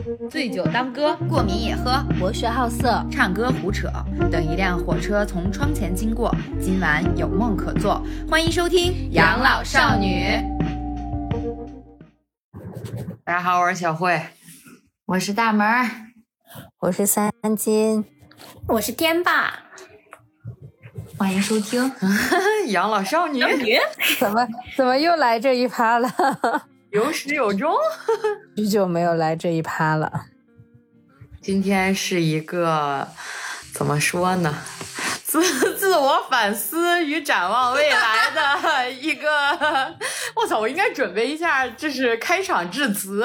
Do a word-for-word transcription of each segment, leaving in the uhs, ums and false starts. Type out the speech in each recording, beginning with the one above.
醉酒当歌， 过敏也喝， 博学好色， 唱歌胡扯。等一辆火车从窗前经过，今晚有梦可做。欢迎收听《养老少女》。大家好，我是小慧， 我是大门， 我是三金， 我是天霸。 欢迎收听 《养老少女》。 怎么怎么又来这一趴了？ 有始有终， 许久没有来这一趴了。 今天是一个怎么说呢？自自我反思与展望未来的一个，我操！我应该准备一下，这是开场致辞，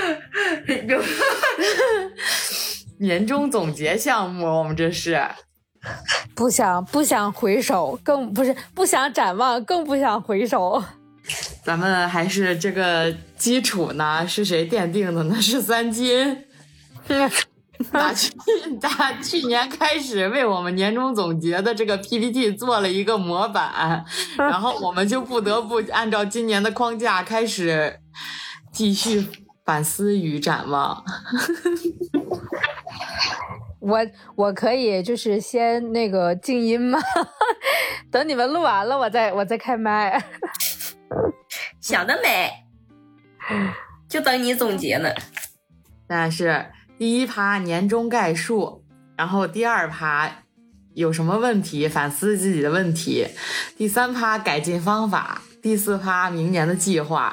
年终总结项目，我们这是不想不想回首，更不是不想展望，更不想回首。 咱们还是这个基础呢，是谁奠定的呢？是三金。打去打去年开始为我们年终总结的这个 P P T 做了一个模板，然后我们就不得不按照今年的框架开始继续反思与展望。 我我可以就是先那个静音吗？等你们录完了，我再我再开麦。 想得美，就等你总结呢。 但是第一趴年终概述，然后第二趴有什么问题反思自己的问题，第三趴改进方法，第四趴明年的计划。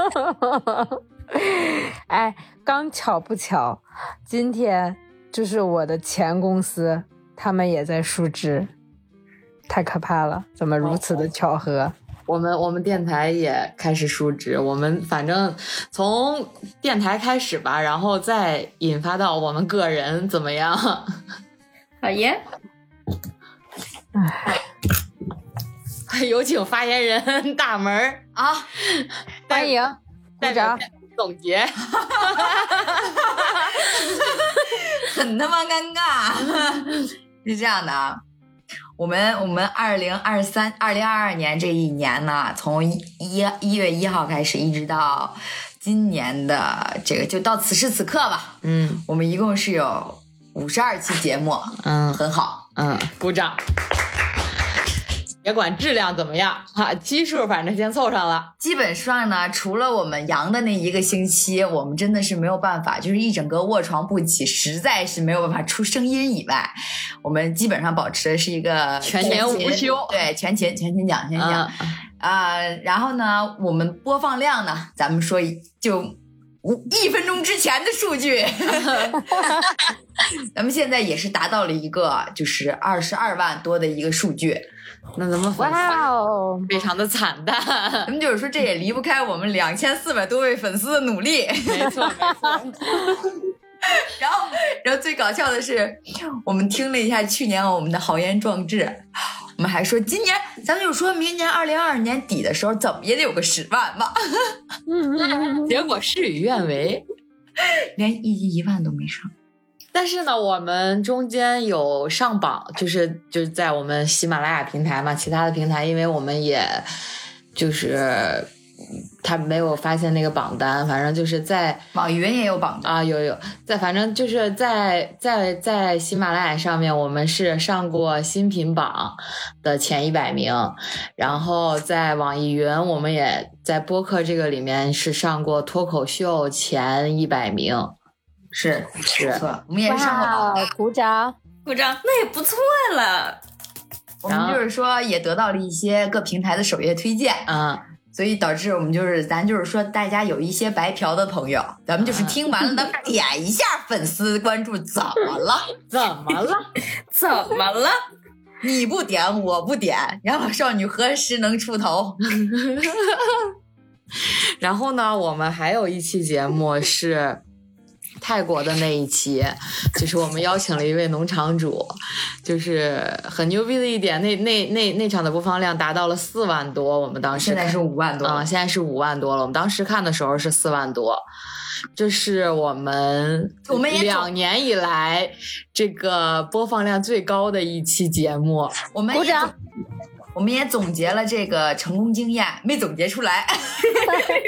哎，刚巧不巧，今天就是我的前公司，他们也在述职，太可怕了，怎么如此的巧合？ 我们我们电台也开始述职，我们反正从电台开始吧，然后再引发到我们个人怎么样？ 好耶！ 哎，有请发言人大门啊， 欢迎，鼓掌总结。 很他妈尴尬。是这样的啊。我们我们二零二三二零二二年这一年呢，从一一月一号开始，一直到今年的这个就到此时此刻吧。 嗯， 我们一共是有五十二期节目。 嗯， 很好。 嗯，鼓掌。别管质量怎么样哈，基数反正先凑上了。 基本上呢，除了我们阳的那一个星期，我们真的是没有办法，就是一整个卧床不起，实在是没有办法出声音以外，我们基本上保持的是一个全年无休。 对，全勤全勤讲全勤讲啊、呃。然后呢，我们播放量呢，咱们说就五一分钟之前的数据，咱们现在也是达到了一个就是二十二万多的一个数据。 那咱们粉丝非常的惨淡， 咱们就是说这也离不开我们两千四百多位粉丝的努力。 没错没错。 然后然后最搞笑的是，我们听了一下去年我们的豪言壮志，我们还说今年咱们就说明年二零二二年底的时候怎么也得有个十万吧。 结果事与愿违， 连一一万都没上。 但是呢，我们中间有上榜，就是就是在我们喜马拉雅平台嘛，其他的平台，因为我们也就是他没有发现那个榜单，反正就是在网易云也有榜单啊，有有在，反正就是在在在喜马拉雅上面，我们是上过新品榜的前一百名，然后在网易云，我们也在播客这个里面是上过脱口秀前一百名。 是是， 我们也上过榜单， 鼓掌鼓掌，那也不错了。 我们就是说也得到了一些各平台的首页推荐， 嗯， 所以导致我们就是咱就是说大家有一些白嫖的朋友，咱们就是听完了能点一下粉丝关注，怎么了？ 怎么了？ 怎么了？ 你不点我不点，养老少女何时能出头？ 然后呢，我们还有一期节目是泰国的那一期，就是我们邀请了一位农场主，就是很牛逼的一点，那那那那场的播放量达到了四万多，我们当时现在是五万多啊、嗯，现在是五万多了，我们当时看的时候是四万多，这是我们我们也两年以来这个播放量最高的一期节目， 我们鼓掌。 我们也总结了这个成功经验，没总结出来。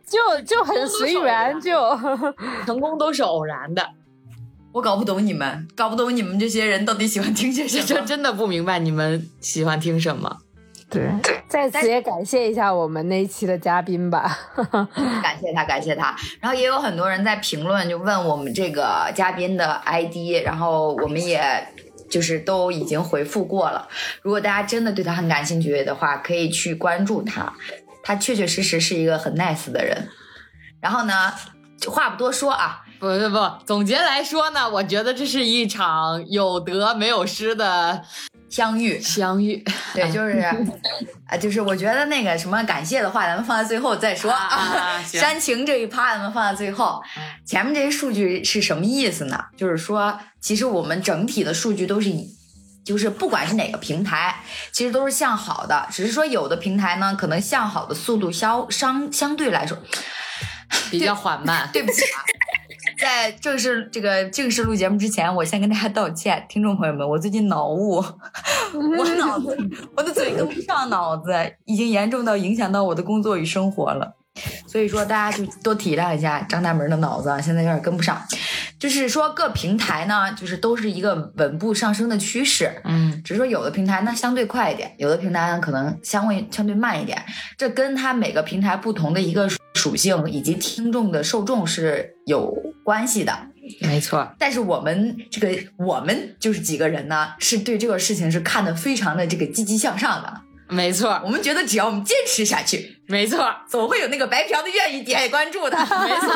就就很随缘，就成功都是偶然的。 我搞不懂你们，搞不懂你们这些人到底喜欢听些什么。 这真的不明白你们喜欢听什么。 对，在此也感谢一下我们那一期的嘉宾吧。 感谢他，感谢他。然后也有很多人在评论就问我们这个嘉宾的 I D， 然后我们也就是都已经回复过了。如果大家真的对他很感兴趣的话，可以去关注他，他确确实实是一个很 nice 的人。然后呢，话不多说啊。 不不不，总结来说呢，我觉得这是一场有得没有失的相遇相遇。 对，就是啊，就是我觉得那个什么感谢的话，咱们放在最后再说啊。 煽情这一趴咱们放在最后。前面这些数据是什么意思呢？就是说，其实我们整体的数据都是以。就是不管是哪个平台，其实都是向好的，只是说有的平台呢，可能向好的速度相相相对来说比较缓慢。 对不起啊。在正式这个正式录节目之前，我先跟大家道歉，听众朋友们，我最近脑雾，我脑子我的嘴跟不上脑子，已经严重到影响到我的工作与生活了。所以说大家就多体谅一下张大门的脑子，现在有点跟不上。就是说各平台呢，就是都是一个稳步上升的趋势， 嗯， 只是说有的平台呢相对快一点，有的平台呢可能相对相对慢一点，这跟它每个平台不同的一个属性以及听众的受众是有关系的。 没错。 但是我们这个我们就是几个人呢，是对这个事情是看得非常的这个积极向上的。 没错， 我们觉得只要我们坚持下去， 没错， 总会有那个白嫖的愿意点关注的。没错。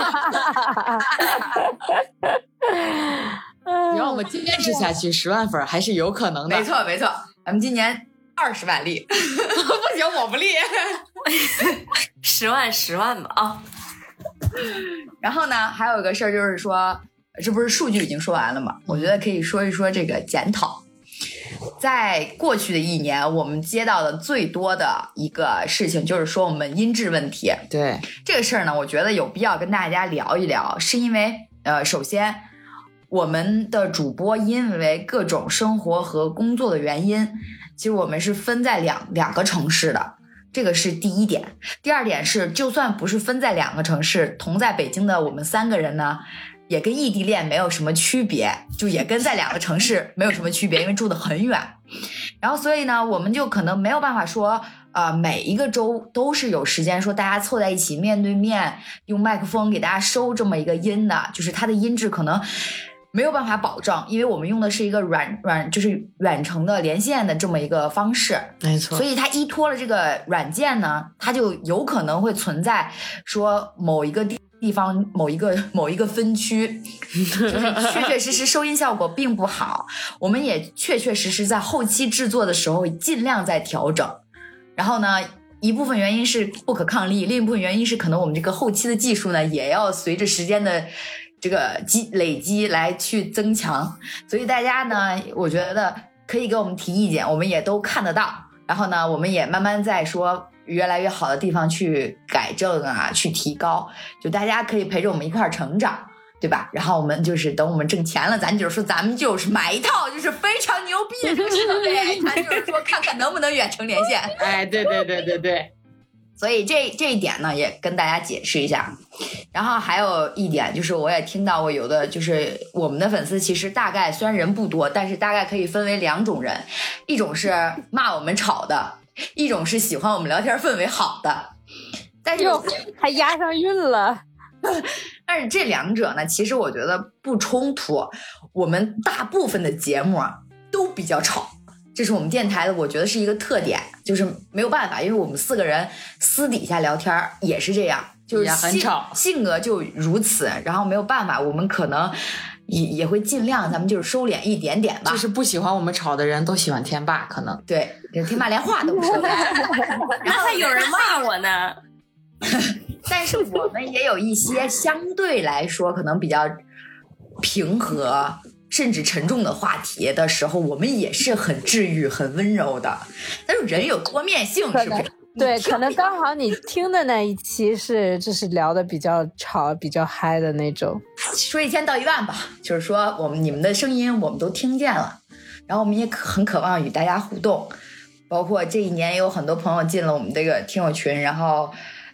只要我们坚持下去，十万粉还是有可能的。 没错没错，咱们今年二十万例。不行，我不立。 十万十万吧啊。 然后呢，还有一个事儿就是说，这不是数据已经说完了吗？我觉得可以说一说这个检讨。在过去的一年，我们接到的最多的一个事情就是说我们音质问题。 对这个事儿呢，我觉得有必要跟大家聊一聊，是因为呃，首先我们的主播因为各种生活和工作的原因，其实我们是分在两两个城市的，这个是第一点。第二点是，就算不是分在两个城市，同在北京的我们三个人呢，也跟异地恋没有什么区别，就也跟在两个城市没有什么区别，因为住得很远。然后所以呢，我们就可能没有办法说呃，每一个周都是有时间说大家凑在一起面对面用麦克风给大家收这么一个音的，就是它的音质可能没有办法保证，因为我们用的是一个软软就是远程的连线的这么一个方式。 没错， 所以它依托了这个软件呢，它就有可能会存在说某一个地地方某一个某一个分区，就是确确实实收音效果并不好。我们也确确实实在后期制作的时候尽量在调整。然后呢，一部分原因是不可抗力，另一部分原因是可能我们这个后期的技术呢，也要随着时间的这个积累积来去增强。所以大家呢，我觉得可以给我们提意见，我们也都看得到。然后呢，我们也慢慢在说越来越好的地方去改正啊，去提高。就大家可以陪着我们一块儿成长，对吧？然后我们就是等我们挣钱了，咱就是说咱们就是买一套就是非常牛逼的这个设备，咱就是说看看能不能远程连线。 哎，对对对对对。 所以这这一点呢，也跟大家解释一下。然后还有一点就是，我也听到过有的就是我们的粉丝，其实大概虽然人不多，但是大概可以分为两种人，一种是骂我们吵的，一种是喜欢我们聊天氛围好的。但是还押上韵了。 但是这两者呢，其实我觉得不冲突。我们大部分的节目啊都比较吵，这是我们电台的，我觉得是一个特点，就是没有办法，因为我们四个人私底下聊天也是这样，就是很吵， 性格就如此，然后没有办法，我们可能也也会尽量，咱们就是收敛一点点吧。 就是不喜欢我们吵的人都喜欢天霸，可能对，天霸连话都不说， 然后还有人骂我呢。 但是我们也有一些相对来说可能比较平和甚至沉重的话题的时候，我们也是很治愈很温柔的。但是人有多面性，是不是？ 对，可能刚好你听的那一期是就是聊的比较吵比较嗨的那种。 说一千道一万吧，就是说我们你们的声音我们都听见了，然后我们也很渴望与大家互动，包括这一年也有很多朋友进了我们这个听友群，然后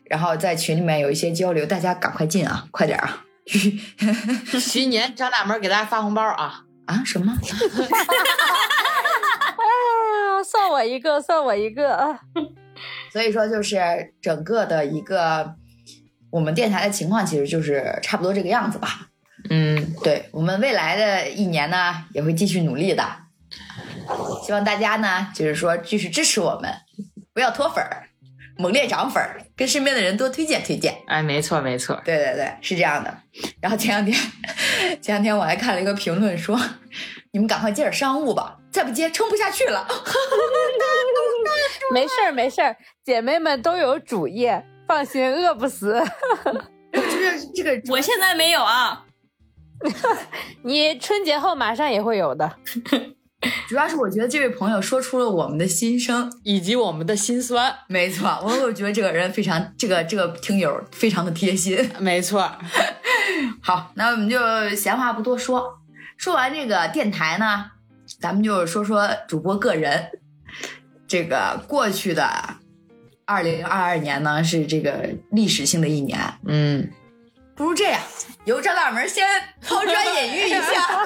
然后在群里面有一些交流，大家赶快进啊，快点啊！ 徐年张大门给大家发红包啊啊什么？ 啊，算我一个，算我一个。 所以说，就是整个的一个我们电台的情况，其实就是差不多这个样子吧。 嗯， 对，我们未来的一年呢，也会继续努力的。希望大家呢，就是说继续支持我们，不要脱粉儿，猛烈涨粉儿，跟身边的人多推荐推荐。 哎，没错没错， 对对对，是这样的。然后前两天，前两天我还看了一个评论说，你们赶快接点商务吧，再不接撑不下去了。 没事儿没事儿，姐妹们都有主业，放心，饿不死。 就是这个， 我现在没有啊。 你春节后马上也会有的。 主要是我觉得这位朋友说出了我们的心声以及我们的辛酸。 没错，我我觉得这个人非常，这个这个听友非常的贴心。 没错。 好，那我们就闲话不多说，说完这个电台呢，咱们就说说主播个人。这个过去的二零二二年呢，是这个历史性的一年。 嗯， 不如这样，由张大门先抛砖引玉一下。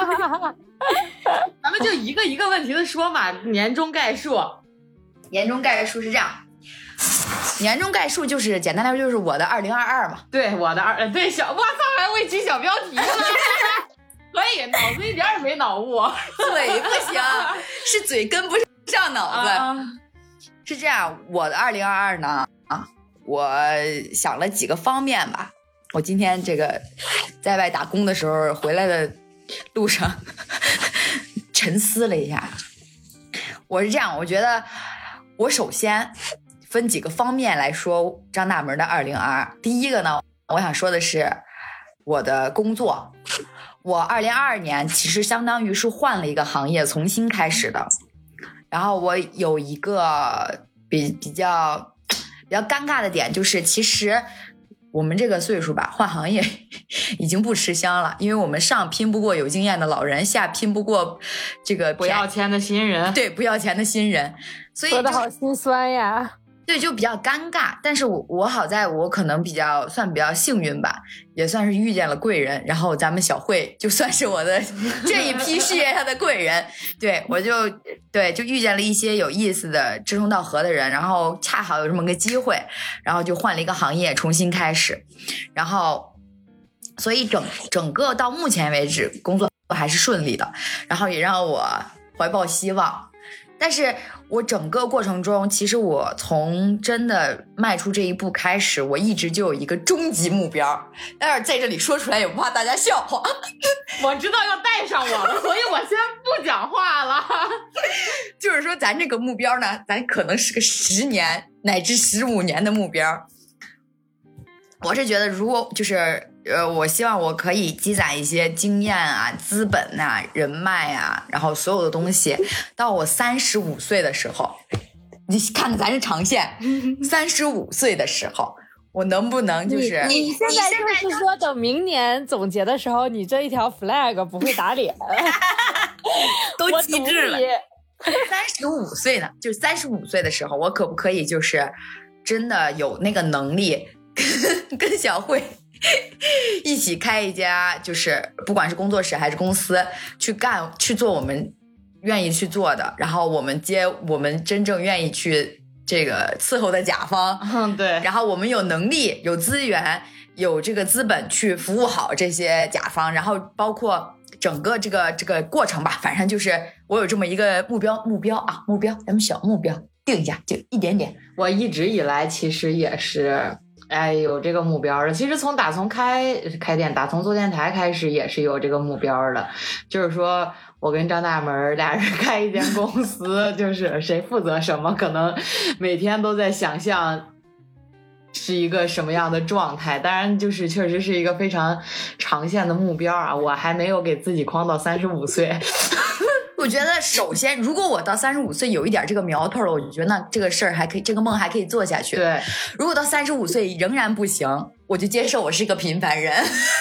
咱们就一个一个问题的说嘛。年终概述， 年终概述是这样，年终概述就是简单来说就是我的二零二二嘛。 对，我的二对小，我操，还会起小标题了。可以，脑子一点也没脑雾。 嘴不行，是嘴跟不上脑子。啊、是这样，我的二零二二呢，啊，我想了几个方面吧。我今天这个在外打工的时候回来的路上沉思了一下。我是这样，我觉得我首先分几个方面来说张大门的二零二二。第一个呢，我想说的是我的工作。我二零二二年其实相当于是换了一个行业重新开始的，然后我有一个比比较比较尴尬的点，就是其实我们这个岁数吧，换行业已经不吃香了，因为我们上拼不过有经验的老人，下拼不过这个不要钱的新人。 对，不要钱的新人，所以说的好心酸呀。 对，就比较尴尬。但是我我好在我可能比较算比较幸运吧，也算是遇见了贵人。然后咱们小慧就算是我的这一批事业上的贵人。对，我就对就遇见了一些有意思的志同道合的人，然后恰好有这么个机会，然后就换了一个行业重新开始。然后所以整整个到目前为止工作还是顺利的，然后也让我怀抱希望。但是我整个过程中，其实我从真的迈出这一步开始，我一直就有一个终极目标，但是在这里说出来也不怕大家笑话。 我知道要带上我了，所以我先不讲话了。 就是说咱这个目标呢，咱可能是个十年乃至十五年的目标。我是觉得如果就是呃，我希望我可以积攒一些经验啊、资本啊、人脉啊，然后所有的东西，到我三十五岁的时候，你看看咱是长线，三十五岁的时候，我能不能就是你, 你现在就是说，等明年总结的时候，你这一条 flag 不会打脸， 都机智了。三十五岁呢，就是三十五岁的时候，我可不可以就是真的有那个能力？跟, 跟小慧一起开一家，就是不管是工作室还是公司，去干去做我们愿意去做的，然后我们接我们真正愿意去这个伺候的甲方。 嗯，对。 然后我们有能力、有资源、有这个资本去服务好这些甲方，然后包括整个这个这个过程吧，反正就是我有这么一个目标目标啊，目标，咱们小目标定一下，就一点点。 我一直以来其实也是。哎，有这个目标的。其实从打从开开店，打从做电台开始，也是有这个目标的。就是说我跟张大门俩人开一间公司，就是谁负责什么，可能每天都在想象是一个什么样的状态。当然，就是确实是一个非常长线的目标啊。我还没有给自己框到三十五岁。 我觉得首先，如果我到三十五岁有一点这个苗头了，我就觉得那这个事儿还可以，这个梦还可以做下去。 对， 如果到三十五岁仍然不行，我就接受我是一个平凡人。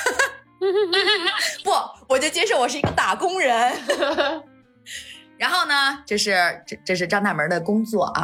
不，我就接受我是一个打工人。然后呢，这是这这是张大门的工作啊。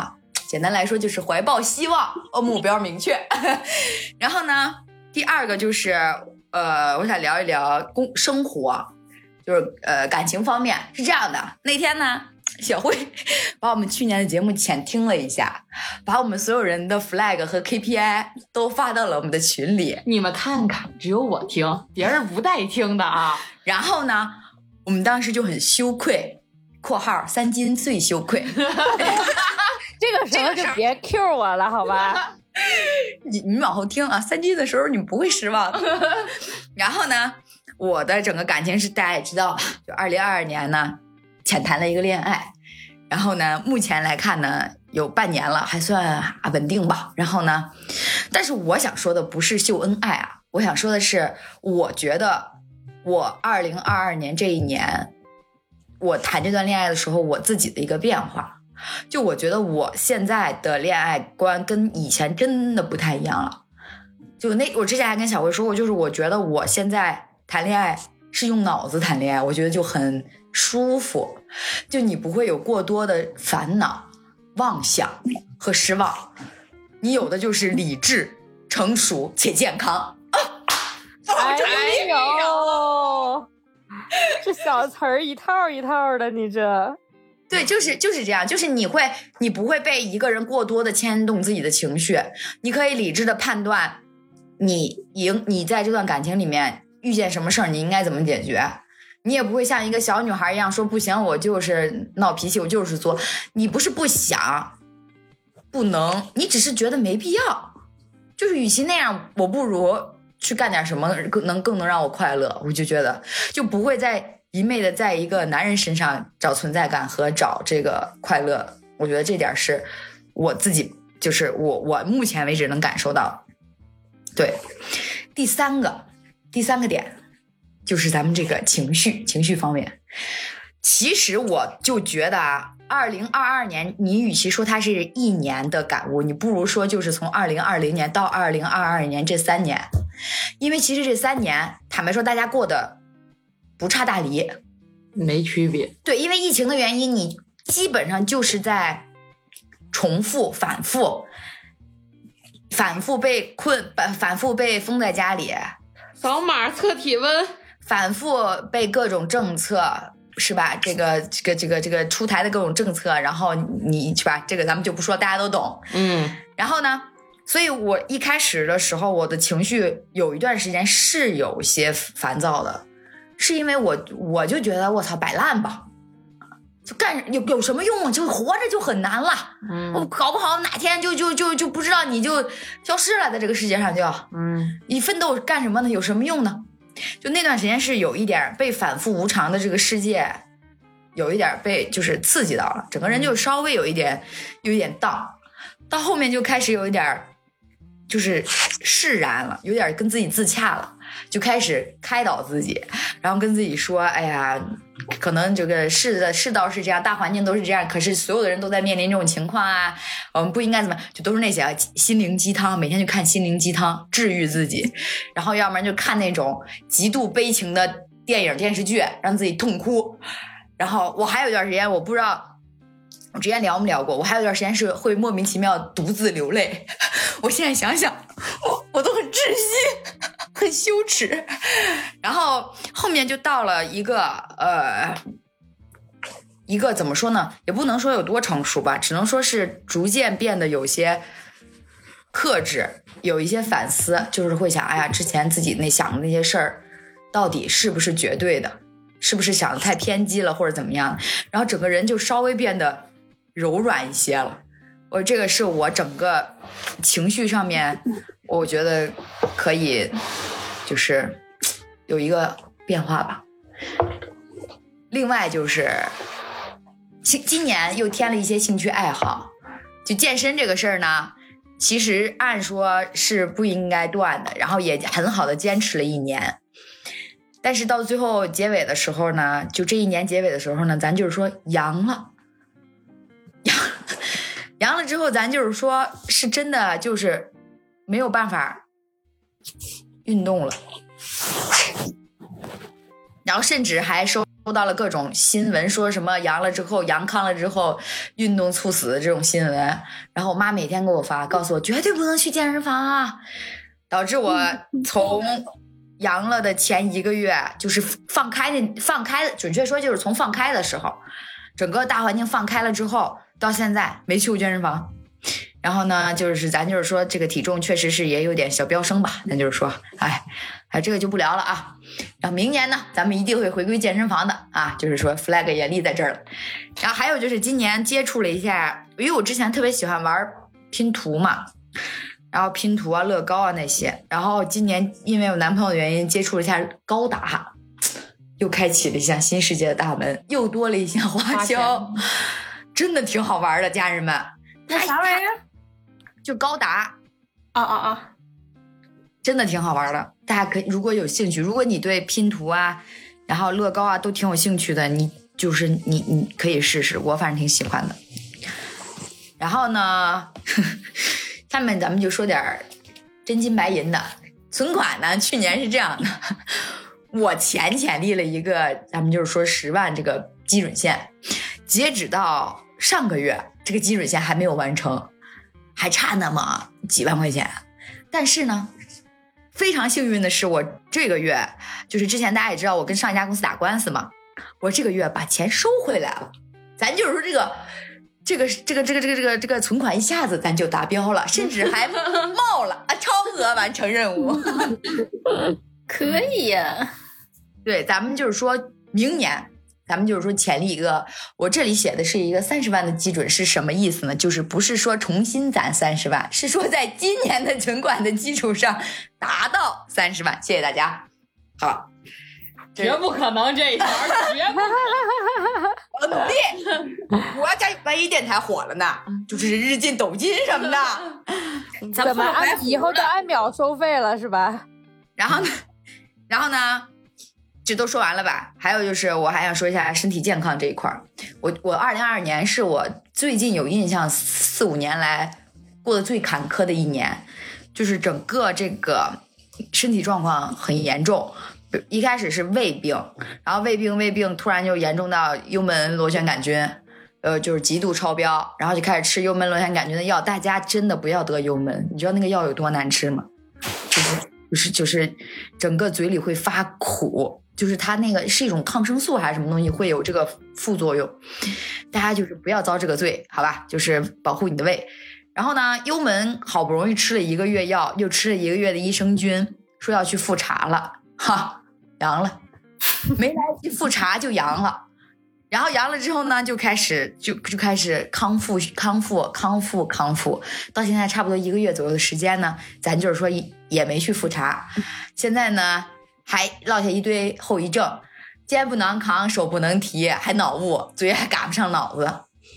简单来说就是怀抱希望，呃，目标明确。然后呢，第二个就是呃，我想聊一聊工生活，就是呃感情方面是这样的。那天呢，小慧把我们去年的节目浅听了一下，把我们所有人的 flag 和 K P I 都发到了我们的群里。 你们看看，只有我听，别人不带听的啊。 然后呢，我们当时就很羞愧（括号三金最羞愧）。 这个时候就别 Q 我了，好吧？ 你你往后听啊，三金的时候你们不会失望。然后呢，我的整个感情是大家也知道，就二零二二年呢，浅谈了一个恋爱。然后呢，目前来看呢，有半年了，还算稳定吧。然后呢，但是我想说的不是秀恩爱啊，我想说的是，我觉得我二零二二年这一年，我谈这段恋爱的时候，我自己的一个变化。就我觉得我现在的恋爱观跟以前真的不太一样了。就那我之前还跟小慧说过，就是我觉得我现在谈恋爱是用脑子谈恋爱，我觉得就很舒服，就你不会有过多的烦恼、妄想和失望，你有的就是理智、成熟且健康。 哎呦，这小词儿一套一套的，你这。 对，就是就是这样，就是你会，你不会被一个人过多的牵动自己的情绪，你可以理智的判断，你赢，你在这段感情里面遇见什么事儿，你应该怎么解决，你也不会像一个小女孩一样说不行，我就是闹脾气，我就是作，你不是不想，不能，你只是觉得没必要，就是与其那样，我不如去干点什么更能更能让我快乐，我就觉得就不会在。一昧的在一个男人身上找存在感和找这个快乐，我觉得这点是我自己，就是我我目前为止能感受到。对，第三个第三个点就是咱们这个情绪情绪方面，其实我就觉得啊，二零二二年你与其说它是一年的感悟，你不如说就是从二零二零年到二零二二年这三年，因为其实这三年坦白说大家过得不差大离， 没区别。 对，因为疫情的原因，你基本上就是在重复、反复、反复被困、反反复被封在家里， 扫码测体温， 反复被各种政策是吧？这个这个这个这个出台的各种政策，然后你是吧？这个咱们就不说，大家都懂。 嗯， 然后呢？所以我一开始的时候，我的情绪有一段时间是有些烦躁的。是因为我我就觉得我操摆烂吧，就干有有什么用啊？就活着就很难了，嗯，我搞不好哪天就就就就不知道你就消失了，在这个世界上就，嗯，你奋斗干什么呢？有什么用呢？就那段时间是有一点被反复无常的这个世界，有一点被就是刺激到了，整个人就稍微有一点有一点荡，到后面就开始有一点就是释然了，有点跟自己自洽了。就开始开导自己，然后跟自己说，哎呀，可能这个世的世道是这样，大环境都是这样，可是所有的人都在面临这种情况啊，我们不应该怎么，就都是那些心灵鸡汤，每天就看心灵鸡汤治愈自己，然后要不然就看那种极度悲情的电影电视剧让自己痛哭。然后我还有一段时间，我不知道我之前聊没聊过，我还有一段时间是会莫名其妙独自流泪，我现在想想我我都很窒息，很羞耻。然后后面就到了一个呃一个怎么说呢，也不能说有多成熟吧，只能说是逐渐变得有些克制，有一些反思，就是会想，哎呀，之前自己那想的那些事儿到底是不是绝对的，是不是想的太偏激了或者怎么样，然后整个人就稍微变得柔软一些了。我这个是我整个情绪上面我觉得可以就是有一个变化吧。另外就是今今年又添了一些兴趣爱好，就健身这个事儿呢，其实按说是不应该断的，然后也很好的坚持了一年，但是到最后结尾的时候呢，就这一年结尾的时候呢，咱就是说阳了，阳阳了之后，咱就是说是真的就是没有办法运动了，然后甚至还收收到了各种新闻，说什么阳了之后阳康了之后运动猝死的这种新闻，然后我妈每天给我发，告诉我绝对不能去健身房啊，导致我从阳了的前一个月，就是放开的放开的，准确说就是从放开的时候，整个大环境放开了之后，到现在没去过健身房。然后呢，就是咱就是说这个体重确实是也有点小飙升吧，咱就是说，哎，哎，这个就不聊了啊。然后明年呢，咱们一定会回归健身房的啊，就是说 flag 也立在这儿了。然后还有就是今年接触了一下，因为我之前特别喜欢玩拼图嘛，然后拼图啊、乐高啊那些，然后今年因为我男朋友的原因接触了一下高达，又开启了一项新世界的大门，又多了一项花销，真的挺好玩的，家人们。 那啥玩意儿？ 就高达， 啊啊啊！ 真的挺好玩的，大家可以如果有兴趣，如果你对拼图啊，然后乐高啊都挺有兴趣的，你就是你你可以试试，我反正挺喜欢的。然后呢，呵呵下面咱们就说点真金白银的存款呢。去年是这样的，我浅浅立了一个，咱们就是说十万这个基准线，截止到上个月，这个基准线还没有完成。还差那么几万块钱，但是呢，非常幸运的是，我这个月就是之前大家也知道，我跟上一家公司打官司嘛，我这个月把钱收回来了。咱就是说这个这个这个这个这个这个这个存款一下子咱就达标了，甚至还冒了啊，超额完成任务， 可以呀。 对，咱们就是说明年。咱们就是说潜力一个，我这里写的是一个三十万的基准是什么意思呢？就是不是说重新攒三十万，是说在今年的存款的基础上达到三十万。谢谢大家。好， 绝不可能这一条，绝不可能。 我努力，我要加万一电台火了呢，就是日进斗金什么的。 怎么按以后都按秒收费了是吧？ 然后呢，然后呢？这都说完了吧？还有就是我还想说一下身体健康这一块儿。我我二零二二年是我最近有印象四五年来过得最坎坷的一年，就是整个这个身体状况很严重。一开始是胃病，然后胃病胃病突然就严重到幽门螺旋杆菌，呃，就是极度超标，然后就开始吃幽门螺旋杆菌的药。大家真的不要得幽门，你知道那个药有多难吃吗？就是就是就是整个嘴里会发苦。就是它那个是一种抗生素还是什么东西会有这个副作用，大家就是不要遭这个罪，好吧？就是保护你的胃。然后呢，幽门好不容易吃了一个月药，又吃了一个月的益生菌，说要去复查了，哈，阳了，没来得及复查就阳了。然后阳了之后呢，就开始就就开始康复康复康复康复，到现在差不多一个月左右的时间呢，咱就是说也没去复查。现在呢。还落下一堆后遗症，肩不能扛，手不能提，还脑雾，嘴还赶不上脑子。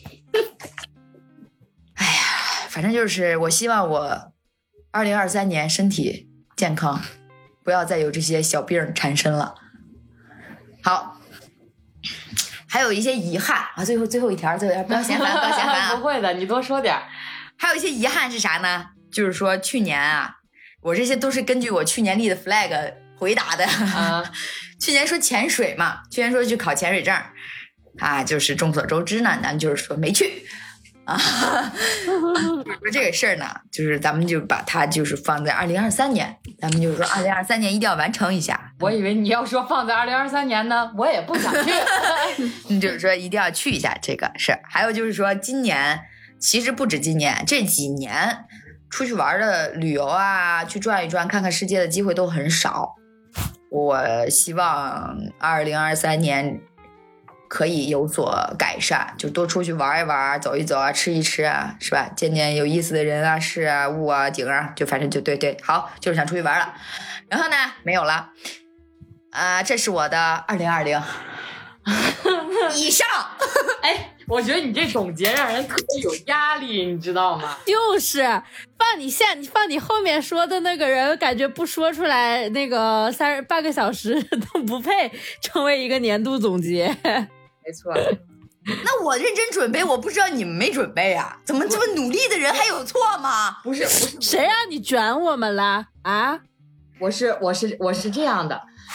哎呀，反正就是我希望我二零二三年身体健康，不要再有这些小病缠身了。好，还有一些遗憾啊，最后最后一条，最后一条，不要嫌烦，不要嫌烦啊！ 不会的，你多说点。 还有一些遗憾是啥呢？就是说去年啊，我这些都是根据我去年立的 flag。回答的啊，去年说潜水嘛，去年说去考潜水证，啊，就是众所周知呢，咱就是说没去啊。说这个事儿呢，就是咱们就把它就是放在二零二三年，咱们就是说二零二三年一定要完成一下。 我以为你要说放在二零二三年呢，我也不想去。 你就是说一定要去一下这个事儿。还有就是说今年其实不止今年，这几年出去玩的旅游啊，去转一转看看世界的机会都很少。我希望二零二三年可以有所改善，就多出去玩一玩，走一走啊，吃一吃啊，是吧？见见有意思的人啊、事啊、物啊、景啊，就反正就对对，好，就是想出去玩了。然后呢，没有了，啊、呃，这是我的二零二零以上。 哎，我觉得你这总结让人特别有压力，你知道吗？ 就是放你下，你放你后面说的那个人，感觉不说出来，那个三半个小时都不配成为一个年度总结。 没错。那我认真准备，我不知道你们没准备啊？怎么这么努力的人还有错吗？ 不是，不是， 谁让你卷我们了啊？ 我是我是我是这样的，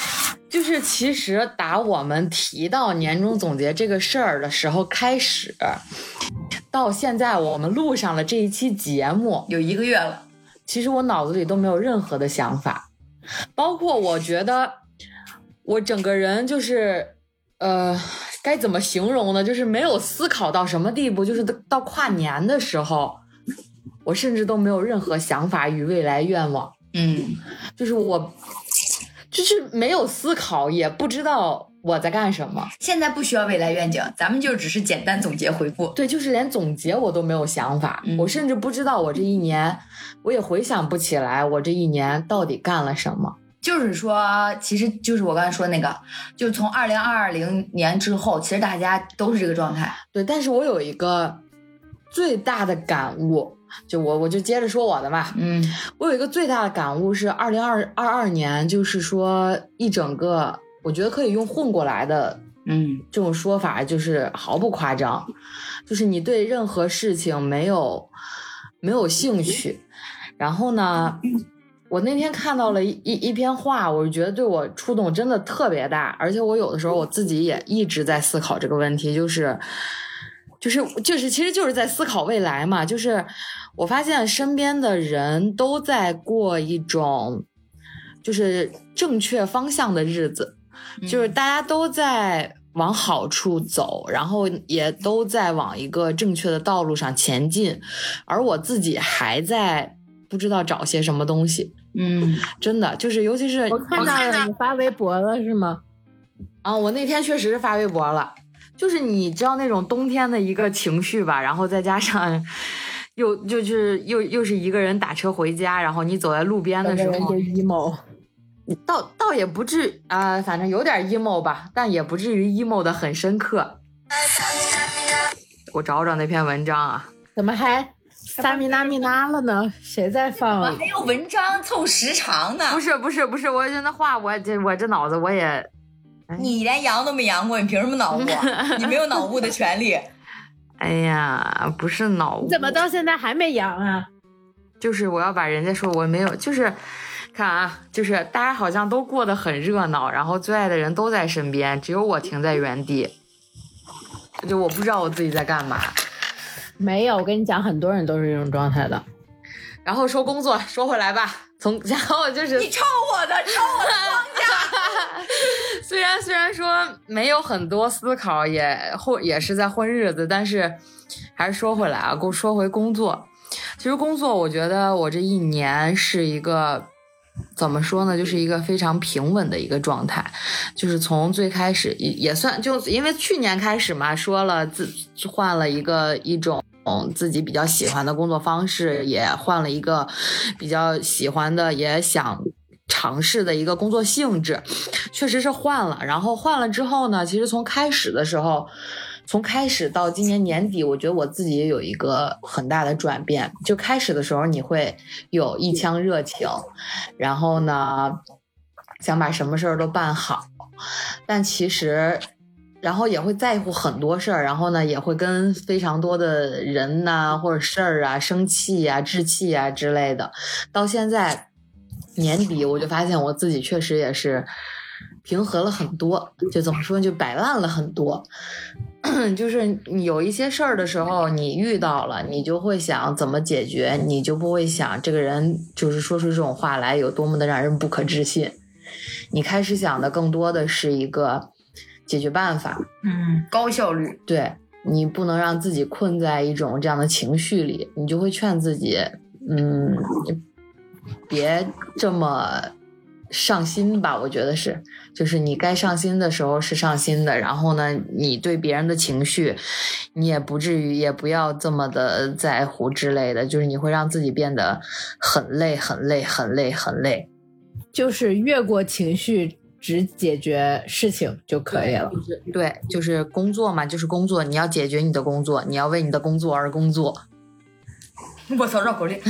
就是其实打我们提到年终总结这个事儿的时候开始，到现在我们录上了这一期节目， 有一个月了。 其实我脑子里都没有任何的想法，包括我觉得我整个人就是呃该怎么形容呢？就是没有思考到什么地步，就是到跨年的时候，我甚至都没有任何想法与未来愿望。 嗯， 就是我就是没有思考，也不知道我在干什么。 现在不需要未来愿景，咱们就只是简单总结回顾。 对，就是连总结我都没有想法、 嗯、 我甚至不知道我这一年，我也回想不起来我这一年到底干了什么。 就是说，其实就是我刚才说那个，就从二零二零年之后，其实大家都是这个状态。 对，但是我有一个最大的感悟，就我我就接着说我的吧。 嗯， 我有一个最大的感悟是二零二二年，就是说一整个，我觉得可以用混过来的， 嗯， 这种说法就是毫不夸张，就是你对任何事情没有没有兴趣，然后呢。我那天看到了一一一篇话，我就觉得对我触动真的特别大，而且我有的时候我自己也一直在思考这个问题，就是就是就是其实就是在思考未来嘛，就是我发现身边的人都在过一种就是正确方向的日子，就是大家都在往好处走，然后也都在往一个正确的道路上前进，而我自己还在不知道找些什么东西。 嗯， 真的就是，尤其是我看到了你发微博了是吗？ 啊，我那天确实是发微博了，就是你知道那种冬天的一个情绪吧，然后再加上又就是又又是一个人打车回家，然后你走在路边的时候， 就 emo， 倒倒也不至啊、呃，反正有点 emo 吧，但也不至于 emo 的很深刻。我找找那篇文章啊， 怎么还撒米拉米拉了呢？谁在放啊？ 还有文章凑时长呢？ 不是不是不是，我这那话我这我这脑子我也， 哎、你连阳都没阳过，你凭什么脑雾？你没有脑雾的权利。 哎呀，不是脑雾， 你怎么到现在还没阳啊？ 就是我要把人家说我没有，就是看啊，就是大家好像都过得很热闹，然后最爱的人都在身边，只有我停在原地，就我不知道我自己在干嘛。 没有，我跟你讲，很多人都是这种状态的。 然后说工作，说回来吧，从然后就是你抽我的，抽我的框架。 虽然虽然说没有很多思考，也混也是在混日子，但是还是说回来啊，给我说回工作。其实工作，我觉得我这一年是一个。怎么说呢，就是一个非常平稳的一个状态，就是从最开始也也算，就因为去年开始嘛，说了自换了一个一种自己比较喜欢的工作方式，也换了一个比较喜欢的也想尝试的一个工作性质，确实是换了。然后换了之后呢，其实从开始的时候从开始到今年年底，我觉得我自己也有一个很大的转变。就开始的时候你会有一腔热情，然后呢想把什么事儿都办好，但其实然后也会在乎很多事儿，然后呢也会跟非常多的人呐、啊、或者事儿啊生气啊置气啊之类的。到现在年底我就发现我自己确实也是平和了很多，就怎么说就摆烂了很多。就是你有一些事儿的时候你遇到了，你就会想怎么解决，你就不会想这个人就是说出这种话来有多么的让人不可置信，你开始想的更多的是一个解决办法。 嗯，高效率。 对，你不能让自己困在一种这样的情绪里，你就会劝自己嗯，别这么上心吧。我觉得是，就是你该上心的时候是上心的，然后呢你对别人的情绪你也不至于也不要这么的在乎之类的，就是你会让自己变得很累很累很累很累， 就是越过情绪只解决事情就可以了。 对，就是工作嘛，就是工作，你要解决你的工作，你要为你的工作而工作。 我操，绕口令。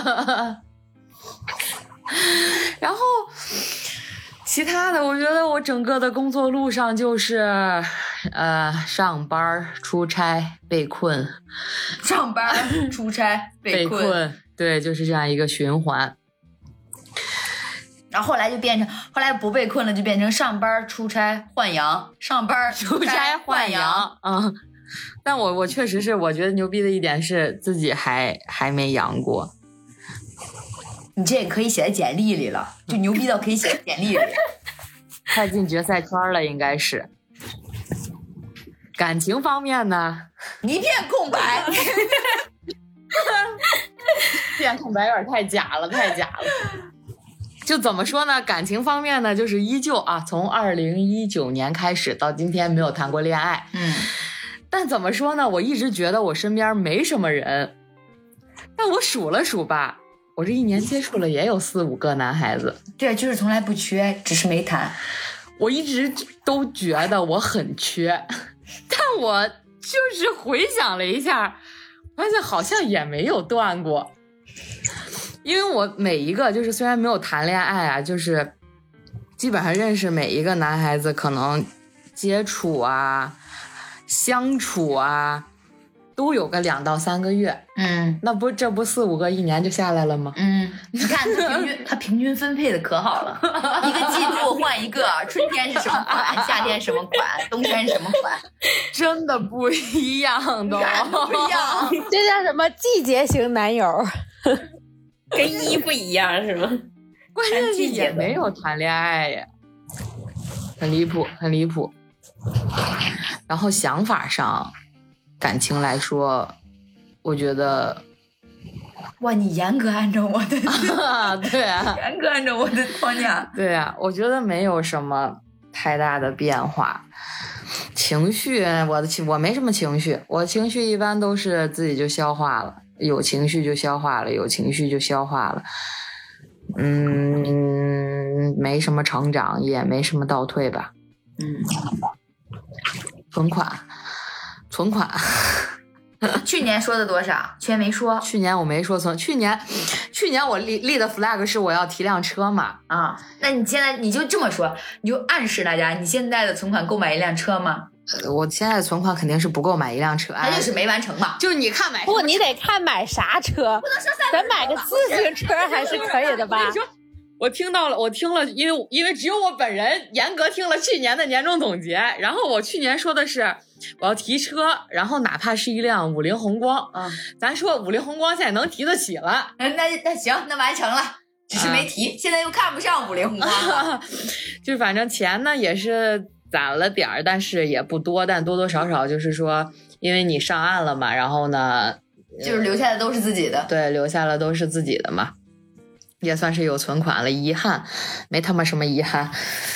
然后其他的我觉得我整个的工作路上就是呃上班出差被困， 上班出差被 困, 被困，对，就是这样一个循环。 然后后来就变成，后来不被困了，就变成上班出差换阳，上班出差换阳。 阳，嗯。但我我确实是，我觉得牛逼的一点是自己还还没阳过。 你这也可以写在简历里了，就牛逼到可以写在简历里。 快进决赛圈了，应该是。感情方面呢， 一片空白。 一片空白有点太假了，太假了。就怎么说呢？感情方面呢，就是依旧啊，从二零一九年开始到今天没有谈过恋爱。 嗯， 但怎么说呢？我一直觉得我身边没什么人，但我数了数吧，我这一年接触了也有四五个男孩子。 对，就是从来不缺，只是没谈。 我一直都觉得我很缺，但我就是回想了一下，发现好像也没有断过。因为我每一个就是虽然没有谈恋爱啊，就是基本上认识每一个男孩子，可能接触啊、相处啊，都有个两到三个月。 嗯， 那不这不四五个一年就下来了吗？ 嗯，你看他平均他平均分配的可好了，一个季度换一个，春天是什么款，夏天什么款，冬天是什么款， 真的不一样的， 不一样。 这叫什么季节型男友？ 跟衣服一样是吗？ 关键是也没有谈恋爱呀，很离谱，很离谱。然后想法上，感情来说，我觉得， 哇，你严格按照我的， 对啊， 严格按照我的框架， 对啊，我觉得没有什么太大的变化。情绪，我的情我没什么情绪，我情绪一般都是自己就消化了。有情绪就消化了，有情绪就消化了，嗯，没什么成长，也没什么倒退吧， 嗯， 存款，存款， 去年说的多少？去年没说。 去年我没说存，去年，去年我立立的 flag 是我要提辆车嘛， 啊，那你现在你就这么说，你就暗示大家，你现在的存款够买一辆车吗？ 我现在的存款肯定是不够买一辆车， 那就是没完成嘛。 就是你看买不，你得看买啥车，咱买个自行车还是可以的吧？ 我听到了，我听了，因为因为只有我本人严格听了去年的年终总结，然后我去年说的是我要提车，然后哪怕是一辆五菱宏光， 嗯， 咱说五菱宏光现在能提得起了， 那那行，那完成了，只是没提，啊、现在又看不上五菱宏光了， 就反正钱呢也是攒了点儿，但是也不多，但多多少少就是说，因为你上岸了嘛，然后呢， 就是留下的都是自己的， 对，留下了都是自己的嘛。也算是有存款了，遗憾没他妈什么遗憾。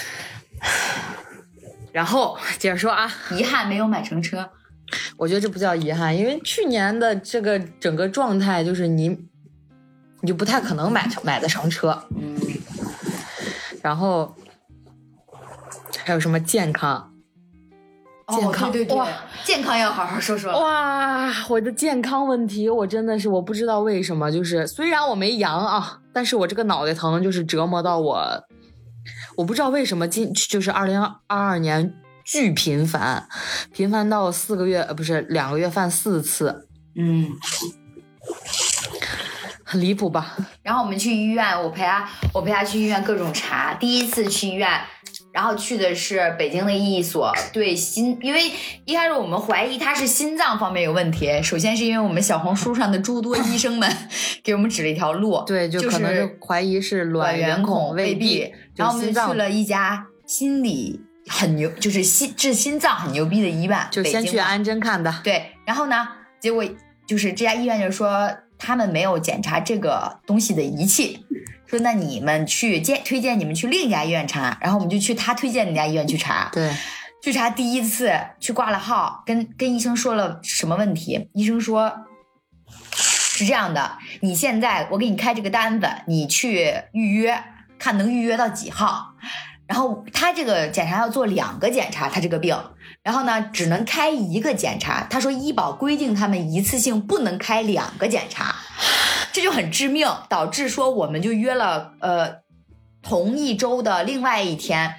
然后接着说啊， 遗憾没有买成车， 我觉得这不叫遗憾，因为去年的这个整个状态就是你，你就不太可能买买得成车。 嗯， 然后还有什么健康？健康， 哦、对对对， 哇， 健康要好好说说。 哇，我的健康问题，我真的是我不知道为什么，就是虽然我没阳啊，但是我这个脑袋疼就是折磨到我，我不知道为什么今就是二零二二年巨频繁，频繁到四个月呃不是两个月犯四次， 嗯， 很离谱吧？ 然后我们去医院，我陪他，我陪他去医院各种查，第一次去医院。然后去的是北京的一所对心，因为一开始我们怀疑他是心脏方面有问题。首先是因为我们小红书上的诸多医生们给我们指了一条路， 对，就可能就怀疑是卵圆孔未闭。 然后我们就去了一家心理很牛，就是心治心脏很牛逼的医院， 就先去安贞看的。 对，然后呢，结果就是这家医院就说他们没有检查这个东西的仪器。说那你们去荐推荐你们去另一家医院查，然后我们就去他推荐那家医院去查。 对， 去查第一次去挂了号，跟跟医生说了什么问题？医生说是这样的，你现在我给你开这个单子，你去预约，看能预约到几号。然后他这个检查要做两个检查，他这个病，然后呢只能开一个检查。他说医保规定他们一次性不能开两个检查。这就很致命，导致说我们就约了呃同一周的另外一天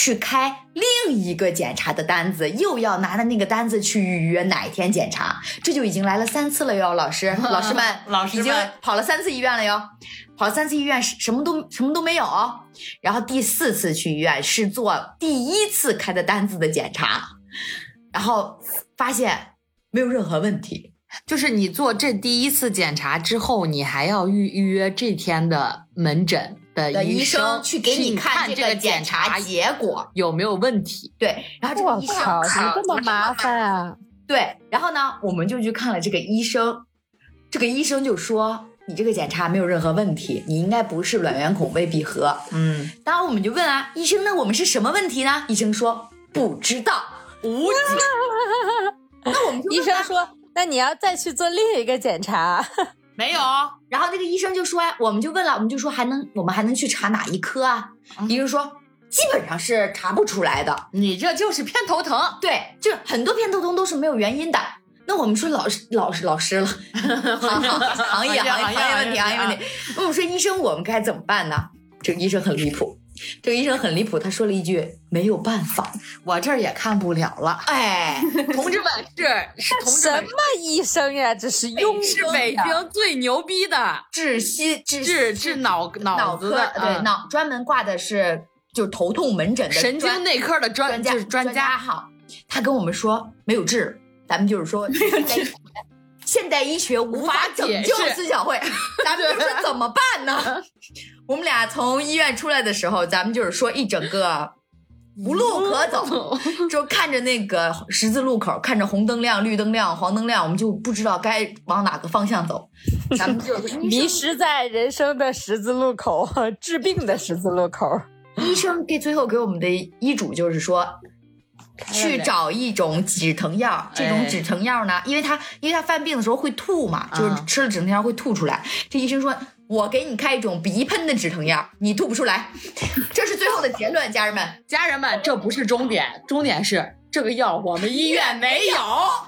去开另一个检查的单子，又要拿着那个单子去预约哪一天检查，这就已经来了三次了哟，老师，老师们， 老师们已经跑了三次医院了哟，跑了三次医院什么都什么都没有，然后第四次去医院是做第一次开的单子的检查，然后发现没有任何问题。 就是你做这第一次检查之后，你还要预预约这天的门诊的医的医生生去给你看这个检查结果有没有问题。 对，然后这个医生靠，怎么这么麻烦啊？ 对，然后呢，我们就去看了这个医生，这个医生就说你这个检查没有任何问题，你应该不是卵圆孔未闭合。 嗯， 当然我们就问啊，医生，那我们是什么问题呢？医生说不知道，无解。那我们就问医生说，那你要再去做另一个检查。 没有。 然后那个医生就说呀，我们就问了，我们就说还能，我们还能去查哪一科啊？ 嗯、 医生说基本上是查不出来的， 你这就是偏头疼。 对，就很多偏头疼都是没有原因的。那我们说老师老师老师了，行行行业行业行业问题行业问题。那我们说医生，我们该怎么办呢？这个医生很离谱，这个医生很离谱，他说了一句没有办法， 我这儿也看不了了。 哎， 同志们，是是同志们， 什么医生呀？这是庸是北京最牛逼的治心治治治脑脑子的， 对、嗯、脑专门挂的是就是头痛门诊的神经内科的专专家就是专家哈。他跟我们说没有治，咱们就是说现代医学无法拯救孙晓慧，咱们就说怎么办呢？我们俩从医院出来的时候，咱们就是说一整个无路可走，就看着那个十字路口，看着红灯亮、绿灯亮、黄灯亮，我们就不知道该往哪个方向走，咱们就迷失在人生的十字路口，治病的十字路口。 医生给最后给我们的医嘱就是说，去找一种止疼药，这种止疼药呢，因为他因为他犯病的时候会吐嘛，就是吃了止疼药会吐出来。这医生说，我给你开一种鼻喷的止疼药，你吐不出来。这是最后的结论，家人们， 家人们，这不是终点，终点是这个药我们医院没有。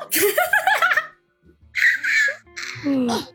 嗯， 哎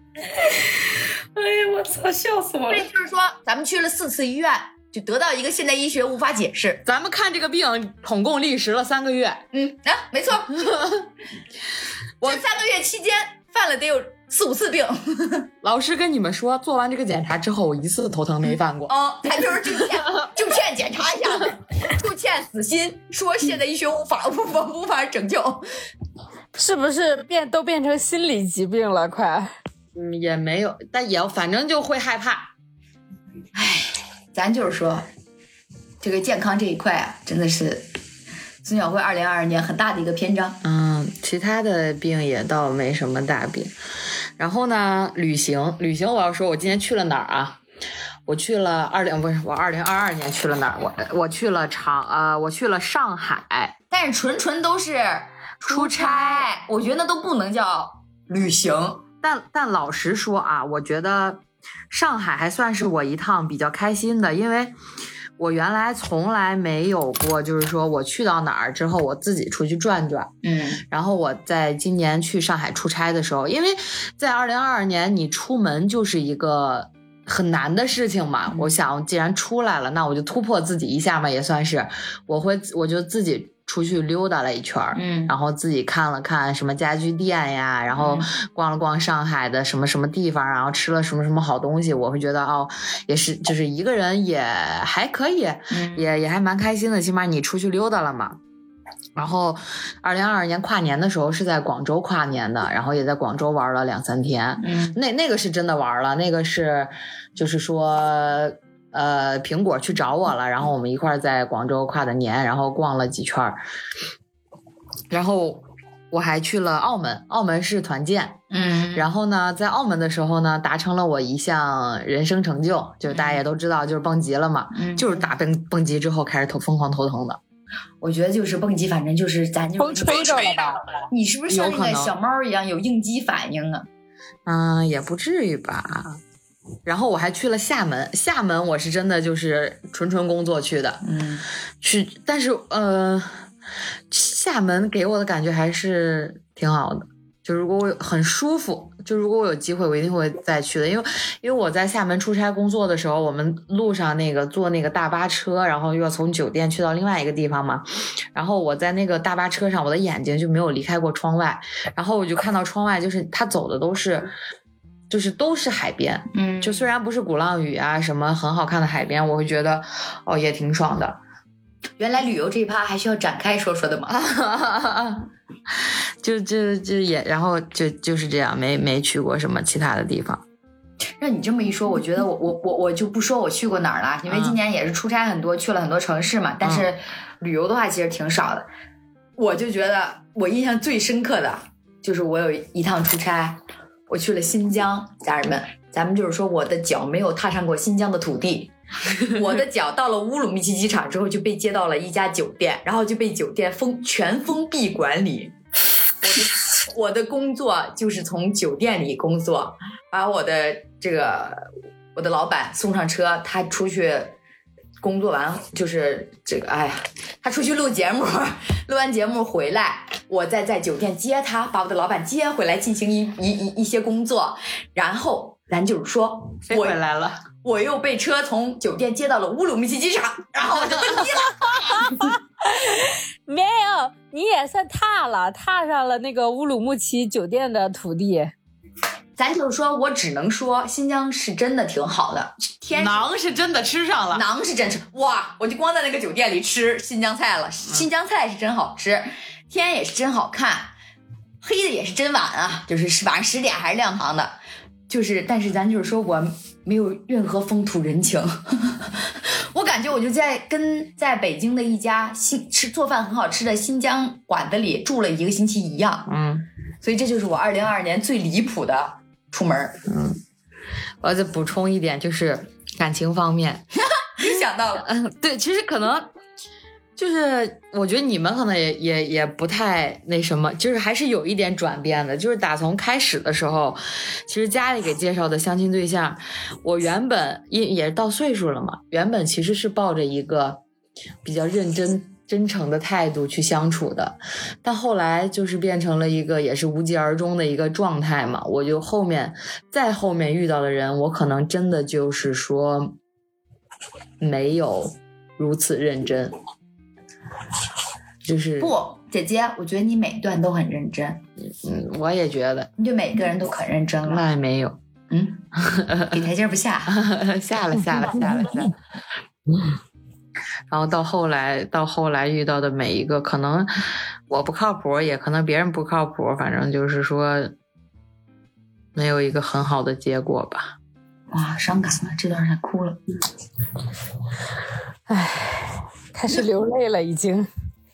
呀，我操，笑死我了！ 就是说，咱们去了四次医院，就得到一个现代医学无法解释。 咱们看这个病统共历时了三个月。 嗯啊，没错。我三个月期间犯了得有四五次病。 老师跟你们说，做完这个检查之后，我一次头疼没犯过。 哦，他就是就欠就欠检查一下，就欠死心，说现代医学无法无法无法拯救。 是不是变都变成心理疾病了？快， 嗯，也没有，但也反正就会害怕。 唉，咱就是说，这个健康这一块啊，真的是孙晓慧二零二二年很大的一个篇章。 嗯，其他的病也倒没什么大病。然后呢，旅行，旅行我要说，我今天去了哪儿啊？我去了二零不是我二零二二年去了哪儿？我我去了长呃，我去了上海， 但是纯纯都是出差，我觉得那都不能叫旅行。 但但老实说啊，我觉得上海还算是我一趟比较开心的，因为我原来从来没有过，就是说我去到哪儿之后，我自己出去转转。 嗯， 然后我在今年去上海出差的时候，因为在二零二二年你出门就是一个很难的事情嘛，我想既然出来了，那我就突破自己一下嘛，也算是我会我就自己出去溜达了一圈， 嗯， 然后自己看了看什么家居店呀，然后逛了逛上海的什么什么地方，然后吃了什么什么好东西，我会觉得哦，也是就是一个人也还可以， 嗯、 也也还蛮开心的，起码你出去溜达了嘛。然后二零二二年跨年的时候是在广州跨年的，然后也在广州玩了两三天， 嗯， 那那个是真的玩了，那个是就是说呃苹果去找我了，然后我们一块儿在广州跨的年，然后逛了几圈，然后我还去了澳门，澳门是团建， 嗯， 然后呢在澳门的时候呢达成了我一项人生成就，就是大家也都知道就是蹦极了嘛， 嗯， 就是打蹦蹦极之后开始头疯狂头疼的。 我觉得就是蹦极，反正就是咱就风吹着了吧？ 你是不是像那个小猫一样有应激反应啊？ 嗯，也不至于吧。然后我还去了厦门，厦门我是真的就是纯纯工作去的， 嗯， 去，但是呃，厦门给我的感觉还是挺好的， 就如果我很舒服，就如果我有机会，我一定会再去的。因为因为我在厦门出差工作的时候，我们路上那个坐那个大巴车，然后又要从酒店去到另外一个地方嘛。然后我在那个大巴车上，我的眼睛就没有离开过窗外，然后我就看到窗外，就是他走的都是。就是都是海边， 嗯， 就虽然不是鼓浪屿啊什么很好看的海边，我会觉得哦也挺爽的。 原来旅游这一趴还需要展开说说的吗？ 就就就也，然后就就是这样，没没去过什么其他的地方。 让你这么一说，我觉得我我我我就不说我去过哪儿了，因为今年也是出差很多，去了很多城市嘛。但是旅游的话其实挺少的。我就觉得我印象最深刻的就是我有一趟出差。我去了新疆，家人们，咱们就是说我的脚没有踏上过新疆的土地，我的脚到了乌鲁木齐机场之后就被接到了一家酒店，然后就被酒店封全封闭管理。我的我的工作就是从酒店里工作，把我的这个我的老板送上车，他出去工作完就是这个，哎呀，他出去录节目，录完节目回来。我再在酒店接他，把我的老板接回来进行一一一一些工作，然后咱就是说， 飞回来了， 我又被车从酒店接到了乌鲁木齐机场，然后我就登机了。 没有，你也算踏了，踏上了那个乌鲁木齐酒店的土地。 咱就是说，我只能说新疆是真的挺好的，天馕是真的吃上了， 馕是真吃，哇！我就光在那个酒店里吃新疆菜了，新疆菜是真好吃。天也是真好看，黑的也是真晚啊，就是晚上十点还是亮堂的，就是但是咱就是说我没有任何风土人情，我感觉我就在跟在北京的一家新吃做饭很好吃的新疆馆子里住了一个星期一样， 嗯， 所以这就是我二零二二年最离谱的出门。 嗯，我再补充一点，就是感情方面， 你想到了， 嗯，对，其实可能。就是我觉得你们可能也也也不太那什么，就是还是有一点转变的。就是打从开始的时候，其实家里给介绍的相亲对象，我原本也也到岁数了嘛，原本其实是抱着一个比较认真真诚的态度去相处的，但后来就是变成了一个也是无疾而终的一个状态嘛。我就后面再后面遇到的人，我可能真的就是说没有如此认真。就是不，姐姐，我觉得你每一段都很认真。 嗯，我也觉得， 你对每个人都可认真了。 那也没有， 嗯，给台阶不下， 下了，下了，下了，下了。然后到后来，到后来遇到的每一个，可能我不靠谱，也可能别人不靠谱，反正就是说没有一个很好的结果吧。 哇，伤感了，这段还哭了。 唉，开始流泪了，已经。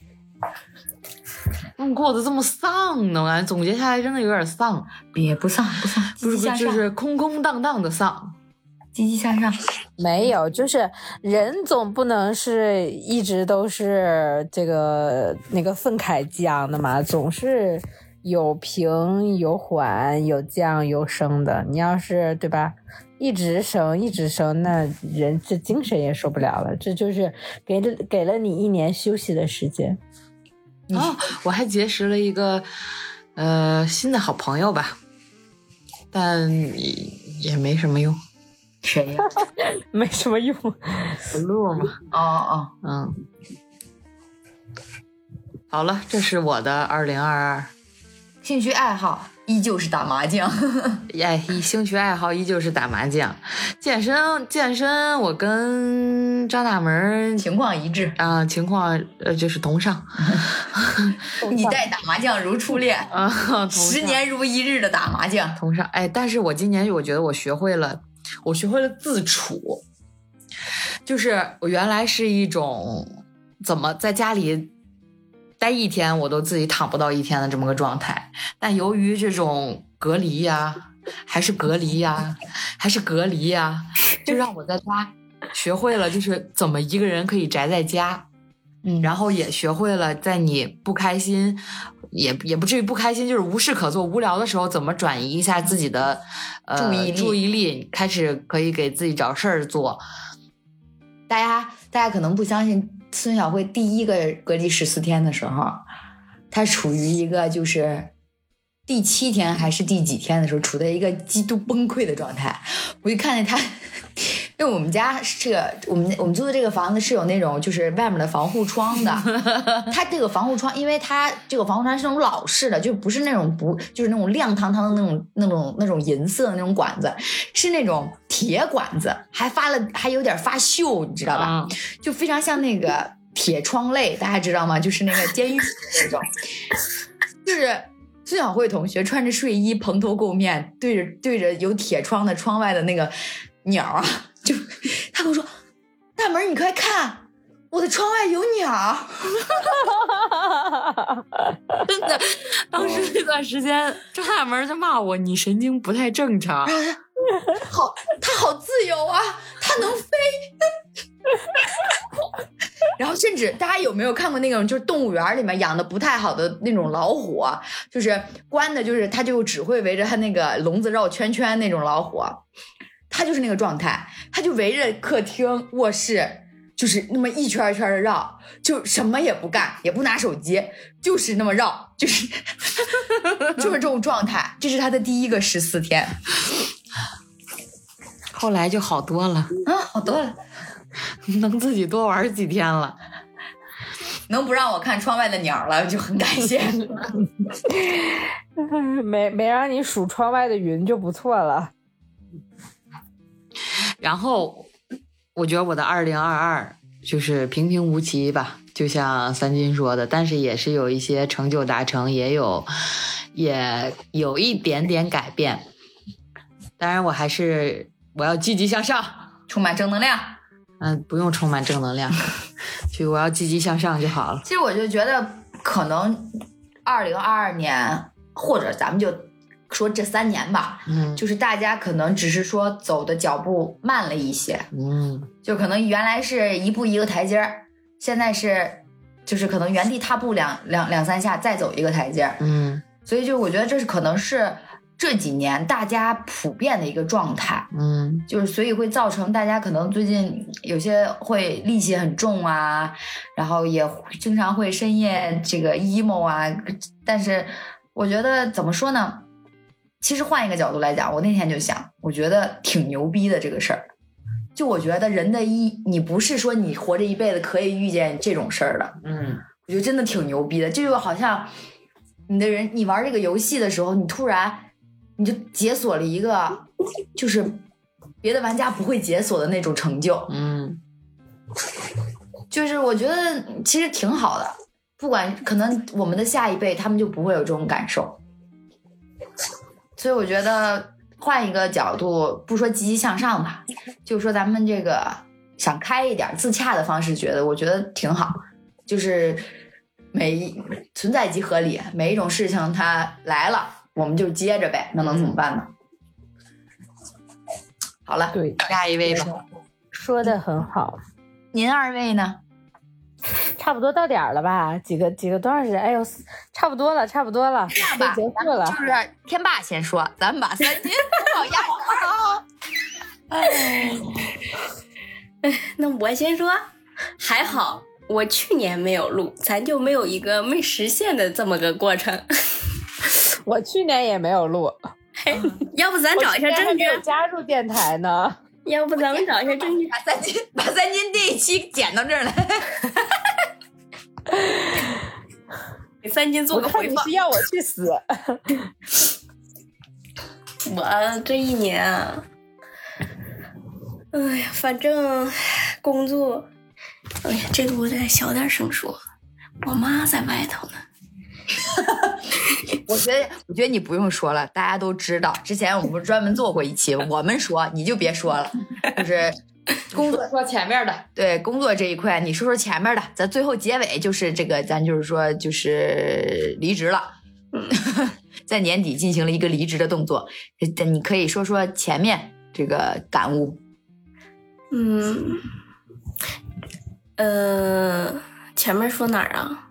嗯，过得这么丧呢，我感觉总结下来真的有点丧。 别不丧不丧， 不是积极向上， 就是空空荡荡的丧， 积极向上。 没有，就是人总不能是一直都是这个那个愤慨激昂的嘛，总是有平有缓，有降有升的。你要是对吧，一直升一直升，那人这精神也受不了了。这就是给了给了你一年休息的时间。 哦，我还结识了一个呃新的好朋友吧，但也也没什么用。 谁呀？ 没什么用。 不录嘛。 哦哦， 嗯。好了，这是我的二零二二。 兴趣爱好依旧是打麻将。 哎，兴趣爱好依旧是打麻将，健身健身，我跟张大门情况一致啊、呃，情况呃就是同上。 你待打麻将如初恋啊， 十年如一日的打麻将， 同上。哎，但是我今年我觉得我学会了，我学会了自处，就是我原来是一种怎么在家里待一天我都自己躺不到一天的这么个状态，但由于这种隔离呀，还是隔离呀，还是隔离呀，就让我在家学会了就是怎么一个人可以宅在家，嗯，然后也学会了在你不开心，也也不至于不开心，就是无事可做、无聊的时候，怎么转移一下自己的呃注意力， 注意力，开始可以给自己找事儿做。 大家大家可能不相信。孙晓慧第一个隔离十四天的时候，她处于一个就是第七天还是第几天的时候，处在一个极度崩溃的状态。我就看见他，因为我们家是这个，我们我们租的这个房子是有那种就是外面的防护窗的。它这个防护窗，因为它这个防护窗是那种老式的，就不是那种不就是那种亮堂堂的那种那种那种银色的那种管子，是那种铁管子，还发了还有点发锈，你知道吧？嗯、就非常像那个铁窗泪，大家知道吗？就是那个监狱那种，就是。孙晓慧同学穿着睡衣蓬头垢面，对着对着有铁窗的窗外的那个鸟啊，就他跟我说：“大门，你快看，我的窗外有鸟。” 真的，当时那段时间，张大门就骂我：“你神经不太正常。” 好，他好自由啊，他能飞。然后甚至大家有没有看过那种就是动物园里面养的不太好的那种老虎啊，就是关的就是它就只会围着它那个笼子绕圈圈那种老虎，它就是那个状态，它就围着客厅卧室就是那么一圈一圈的绕，就什么也不干，也不拿手机，就是那么绕，就是就是这种状态。这是它的第一个十四天， 后来就好多了啊，好多了。 能自己多玩几天了， 能不让我看窗外的鸟了，就很感谢。 没没让你数窗外的云就不错了。 然后我觉得我的二零二二就是平平无奇吧，就像三金说的，但是也是有一些成就达成，也有也有一点点改变。当然我还是我要积极向上， 充满正能量。 嗯，不用充满正能量，就我要积极向上就好了。 其实我就觉得，可能二零二二年，或者咱们就说这三年吧，嗯，就是大家可能只是说走的脚步慢了一些，嗯，就可能原来是一步一个台阶儿，现在是就是可能原地踏步两两两三下，再走一个台阶儿，嗯，所以就我觉得这是可能是这几年大家普遍的一个状态，嗯，就是所以会造成大家可能最近有些会戾气很重啊，然后也经常会深夜这个 emo 啊，但是我觉得怎么说呢？其实换一个角度来讲，我那天就想，我觉得挺牛逼的这个事儿。就我觉得人的一，你不是说你活着一辈子可以遇见这种事儿的，嗯，我觉得真的挺牛逼的。这就好像你的人，你玩这个游戏的时候，你突然。你就解锁了一个就是别的玩家不会解锁的那种成就，嗯，就是我觉得其实挺好的，不管可能我们的下一辈他们就不会有这种感受，所以我觉得换一个角度，不说积极向上吧，就说咱们这个想开一点自洽的方式，觉得我觉得挺好，就是每一存在即合理，每一种事情它来了我们就接着呗，那能怎么办呢？好了， 对， 下一位吧。 说的很好。 您二位呢？ 差不多到点了吧？几个几个多少时？哎呦，差不多了，差不多了， 这样吧， 结束了。 就是天霸先说，咱们把三金好压好。 哎，那我先说，还好我去年没有录，咱就没有一个没实现的这么个过程。 我去年也没有录， 要不咱找一下证据？ 加入电台呢？ 要不咱们找一下证据？ 把三金把三金这一期剪到这儿来， 给三金做个回放。 你是要我去死？ 我这一年啊，哎呀，反正工作，哎呀，这个我得小点声说，我妈在外头呢。 我觉得，我觉得你不用说了，大家都知道。之前我们不是专门做过一期，我们说你就别说了，就是工作说前面的， 对工作这一块，你说说前面的，咱最后结尾就是这个，咱就是说就是离职了，在年底进行了一个离职的动作，你可以说说前面这个感悟。 嗯，呃，前面说哪儿啊？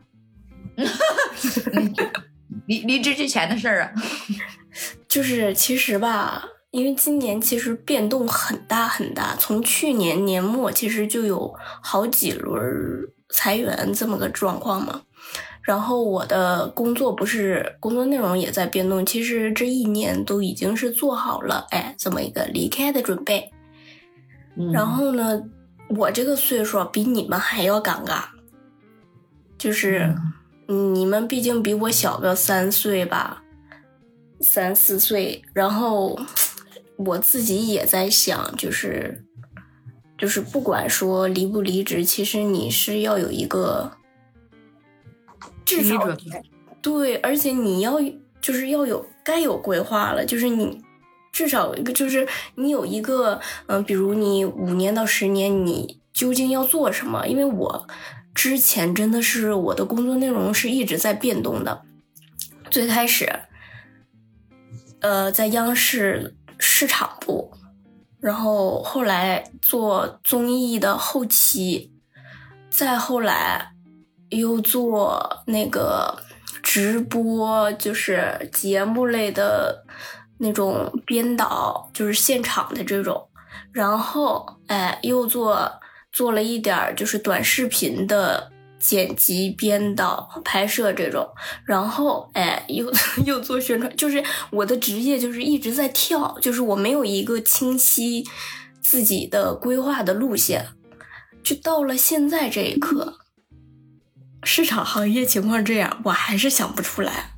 离离职之前的事儿啊， 就是其实吧，因为今年其实变动很大很大，从去年年末其实就有好几轮裁员这么个状况嘛。 然后我的工作不是工作内容也在变动，其实这一年都已经是做好了哎这么一个离开的准备。 嗯、 然后呢，我这个岁数比你们还要尴尬，就是你们毕竟比我小个三岁吧，三四岁，然后我自己也在想，就是就是不管说离不离职，其实你是要有一个至少对，而且你要就是要有该有规划了，就是你至少有一个，就是你有一个嗯、呃，比如你五年到十年你究竟要做什么？因为我之前真的是我的工作内容是一直在变动的，最开始呃在央视市场部，然后后来做综艺的后期，再后来又做那个直播，就是节目类的那种编导，就是现场的这种，然后哎又做做了一点就是短视频的剪辑编导拍摄这种，然后哎又又做宣传，就是我的职业就是一直在跳，就是我没有一个清晰自己的规划的路线，就到了现在这一刻，市场行业情况这样，我还是想不出来。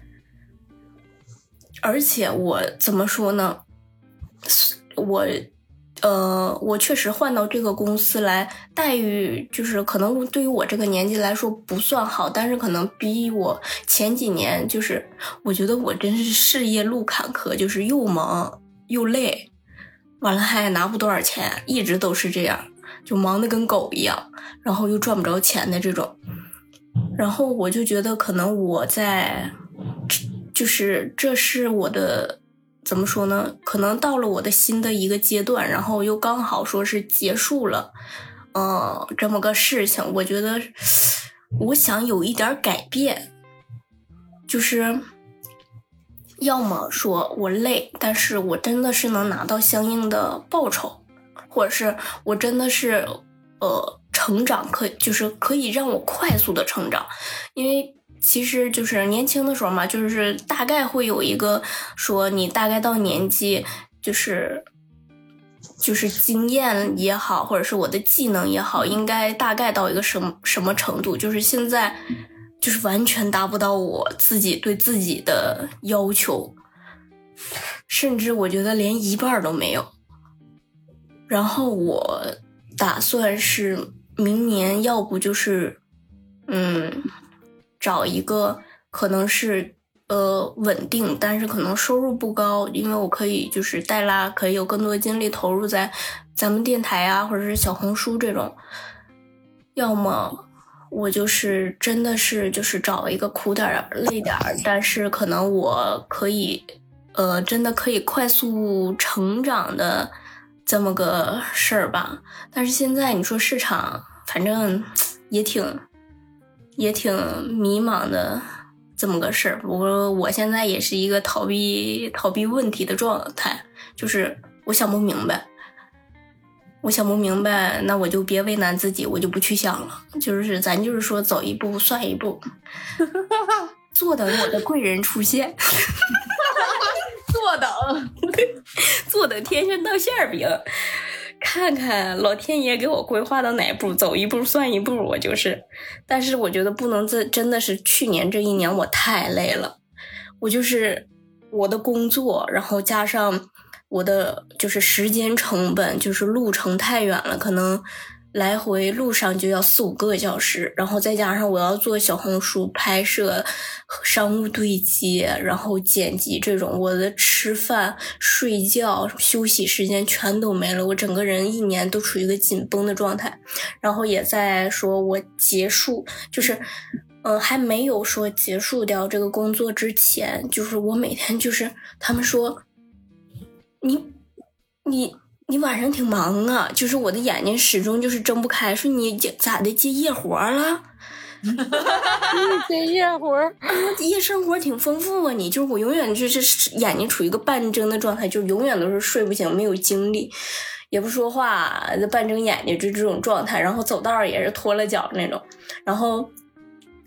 而且我怎么说呢，我呃，我确实换到这个公司来，待遇就是可能对于我这个年纪来说不算好，但是可能比我前几年，就是我觉得我真是事业路坎坷，就是又忙又累，完了还拿不多少钱，一直都是这样，就忙得跟狗一样，然后又赚不着钱的这种。然后我就觉得可能我在就是这是我的怎么说呢，可能到了我的新的一个阶段，然后又刚好说是结束了呃这么个事情，我觉得我想有一点改变，就是要么说我累，但是我真的是能拿到相应的报酬，或者是我真的是呃成长，可就是可以让我快速的成长。因为其实就是年轻的时候嘛，就是大概会有一个说你大概到年纪，就是就是经验也好，或者是我的技能也好，应该大概到一个什么什么程度，就是现在就是完全达不到我自己对自己的要求，甚至我觉得连一半都没有。然后我打算是明年要不就是嗯找一个可能是呃稳定，但是可能收入不高，因为我可以就是带拉，可以有更多的精力投入在咱们电台啊，或者是小红书这种。要么我就是真的是就是找一个苦点儿累点儿，但是可能我可以呃真的可以快速成长的这么个事儿吧。但是现在你说市场反正也挺也挺迷茫的这么个事儿。不过我现在也是一个逃避逃避问题的状态，就是我想不明白我想不明白那我就别为难自己，我就不去想了，就是咱就是说走一步算一步坐等我的贵人出现坐等坐等天上掉馅儿饼，看看老天爷给我规划到哪步，走一步算一步，我就是。但是我觉得不能，这真的是去年这一年我太累了，我就是我的工作，然后加上我的就是时间成本，就是路程太远了，可能来回路上就要四五个小时，然后再加上我要做小红书拍摄、商务对接，然后剪辑这种，我的吃饭、睡觉、休息时间全都没了，我整个人一年都处于一个紧绷的状态。然后也在说我结束，就是呃还没有说结束掉这个工作之前，就是我每天就是他们说你你你晚上挺忙啊，就是我的眼睛始终就是睁不开，说你咋的接夜活了接夜活夜生活挺丰富啊，你就是我永远就是眼睛处于一个半睁的状态，就永远都是睡不醒，没有精力，也不说话，半睁眼睛就这种状态，然后走道也是拖了脚那种。然后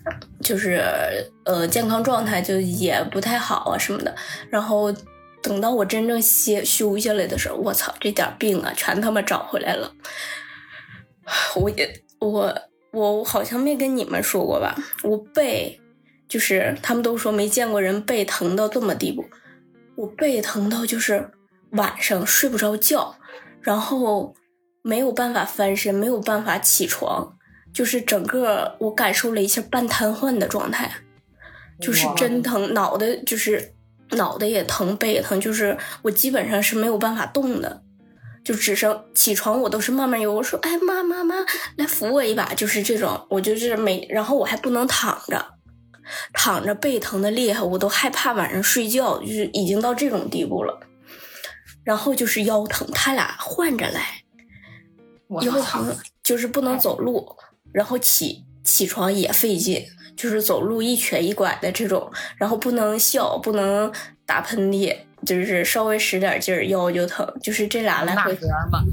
就是呃健康状态就也不太好啊什么的。然后等到我真正歇休下来的时候，我操，这点病啊全他妈找回来了。我也我我好像没跟你们说过吧，我背就是他们都说没见过人背疼到这么地步，我背疼到就是晚上睡不着觉，然后没有办法翻身，没有办法起床，就是整个我感受了一下半瘫痪的状态，就是真疼，脑袋就是脑袋也疼，背也疼，就是我基本上是没有办法动的，就只剩起床我都是慢慢有，我说哎妈妈妈来扶我一把，就是这种，我就是没，然后我还不能躺着，躺着背疼的厉害，我都害怕晚上睡觉，就是已经到这种地步了。然后就是腰疼，他俩换着来，腰疼就是不能走路，然后起起床也费劲，就是走路一瘸一拐的这种，然后不能笑，不能打喷嚏，就是稍微使点劲儿腰就疼，就是这俩来回嘛，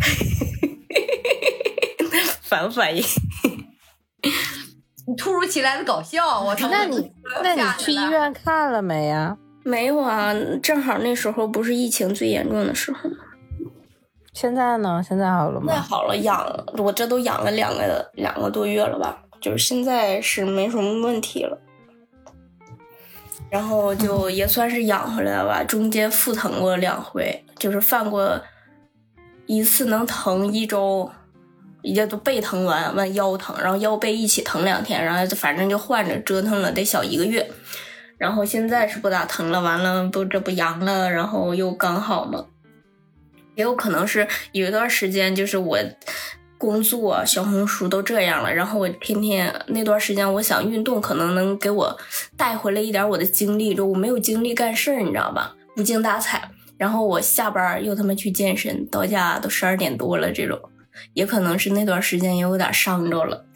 反不反应？ 你突如其来的搞笑，我操！ 那你那你去医院看了没呀？ 没有啊，正好那时候不是疫情最严重的时候吗？ 现在呢？现在好了吗？ 那好了，养我这都养了两个两个多月了吧，就是现在是没什么问题了。然后就也算是养回来了吧，中间腹疼过两回，就是犯过一次能疼一周，也都背疼完完腰疼，然后腰背一起疼两天，然后反正就换着折腾了得小一个月。然后现在是不打疼了，完了不这不阳了，然后又刚好嘛。也有可能是有一段时间就是我工作小红书都这样了，然后我天天那段时间我想运动，可能能给我带回来一点我的精力，就我没有精力干事儿，你知道吧，无精打采。然后我下班又他妈去健身，到家都十二点多了，这种也可能是那段时间也有点伤着了。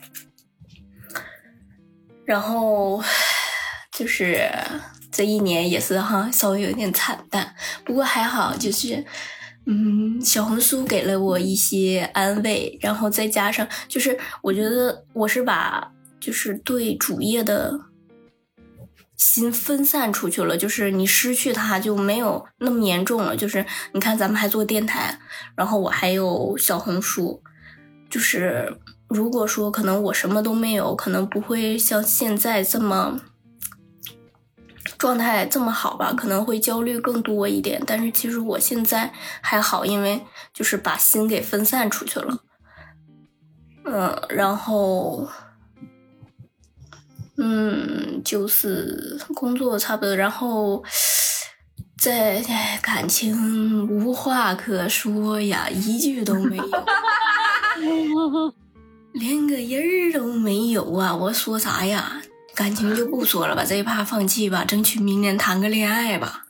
然后就是这一年也是哈，稍微有点惨淡，不过还好，就是嗯，小红书给了我一些安慰，然后再加上就是我觉得我是把就是对主业的心分散出去了，就是你失去它就没有那么严重了。就是你看咱们还做电台，然后我还有小红书，就是如果说可能我什么都没有，可能不会像现在这么状态这么好吧，可能会焦虑更多一点。但是其实我现在还好，因为就是把心给分散出去了。嗯，然后嗯，就是工作差不多，然后在感情无话可说呀，一句都没有。连个人儿都没有啊！我说啥呀？感情就不说了吧，这一趴放弃吧，争取明年谈个恋爱吧。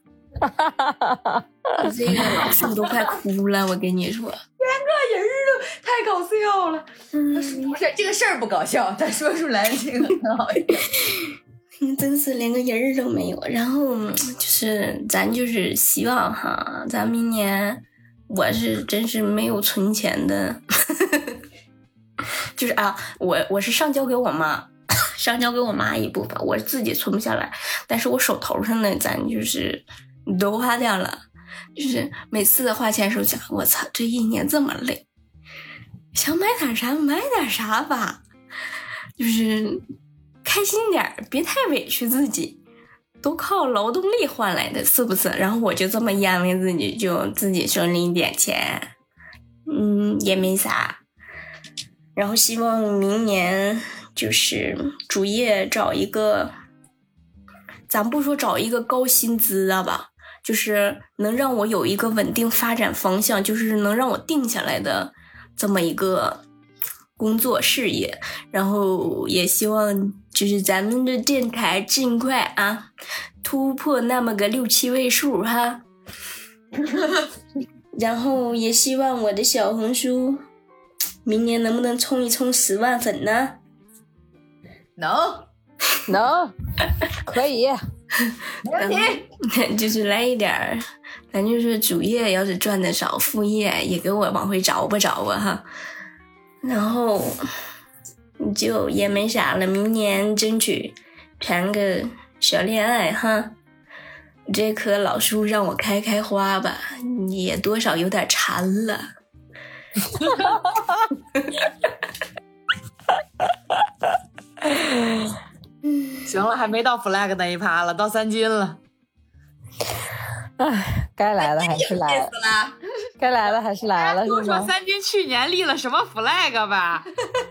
这个老师都快哭了，我跟你说， 连个人都太搞笑了。嗯，不是这个事儿不搞笑，他说出来这个很好笑。 真是连个人儿都没有。然后就是咱就是希望哈，咱明年我是真是没有存钱的。就是啊，我我是上交给我妈，上交给我妈一部分，我自己存不下来，但是我手头上的咱就是都花掉了，就是每次花钱时候想，我操，这一年这么累，想买点啥买点啥吧，就是开心点，别太委屈自己，都靠劳动力换来的，是不是？然后我就这么安慰自己，就自己省了一点钱，嗯，也没啥。然后希望明年就是主业找一个，咱不说找一个高薪资的吧，就是能让我有一个稳定发展方向，就是能让我定下来的这么一个工作事业。然后也希望就是咱们的电台尽快啊突破那么个六七位数哈。然后也希望我的小红书明年能不能冲一冲十万粉呢？ 能能可以， 没问题。 就是来一点儿，咱就是主业要是赚的少，副业也给我往回找吧找吧哈。然后就也没啥了，明年争取谈个小恋爱哈。这棵老树让我开开花吧，也多少有点馋了。 行了，还没到 flag 那一趴了，到三金了。 唉，该来的还是来了，该来的还是来了， 说是吗？ 说三金去年立了什么 flag 吧？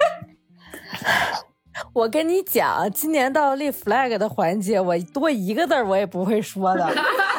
我跟你讲，今年到立 flag 的环节，我多一个字儿我也不会说的。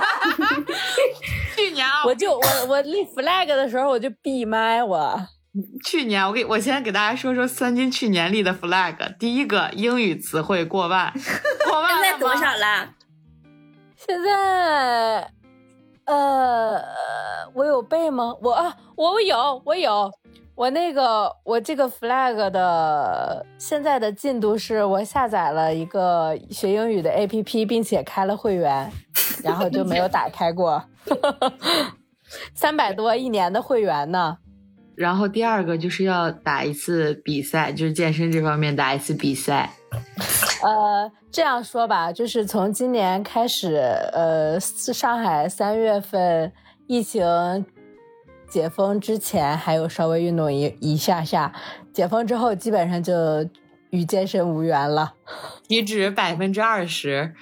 去年啊， 我就我我立 flag 的时候我就闭麦我。 去年我给我先给大家说说三金去年立的 flag。第一个，英语词汇过万，过万了吗？ 现在多少啦？ 现在，呃，我有背吗？我啊，我有，我有，我那个我这个 flag 的现在的进度是我下载了一个学英语的 A P P， 并且开了会员，然后就没有打开过，三百多一年的会员呢。 然后第二个就是要打一次比赛，就是健身这方面打一次比赛。 呃，这样说吧，就是从今年开始，呃，上海三月份疫情解封之前，还有稍微运动一一下下，解封之后基本上就与健身无缘了， 体脂百分之二十，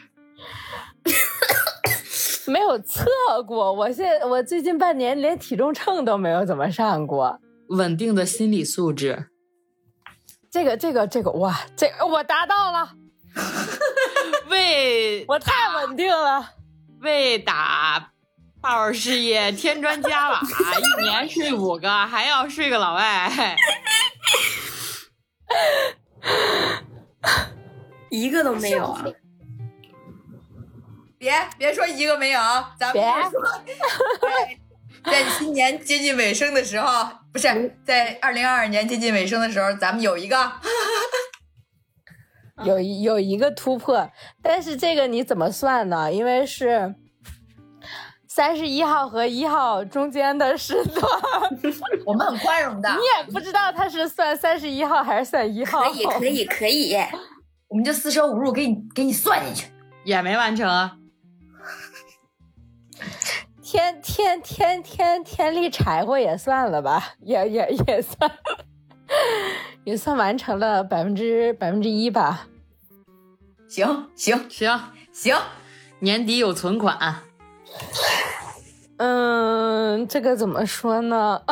没有测过。我现我最近半年连体重秤都没有怎么上过。 稳定的心理素质。 这个这个这个，哇，这个我达到了， 为我太稳定了， 为打炮事业添砖加瓦，一年睡五个，还要睡个老外， 一个都没有啊！ 别别说一个没有，咱们别说在在今年接近尾声的时候，不是在二零二二年接近尾声的时候，咱们有一个有一有一个突破，但是这个你怎么算呢？因为是三十一号和一号中间的时段， 我们很宽容的， 你也不知道他是算三十一号还是算一号。 可以可以可以， 我们就四舍五入给你给你算进去， 也没完成啊。 天天天天天立柴火也算了吧，也也也算，也算完成了百分之百分之一吧。 行行行行， 年底有存款。 嗯，这个怎么说呢？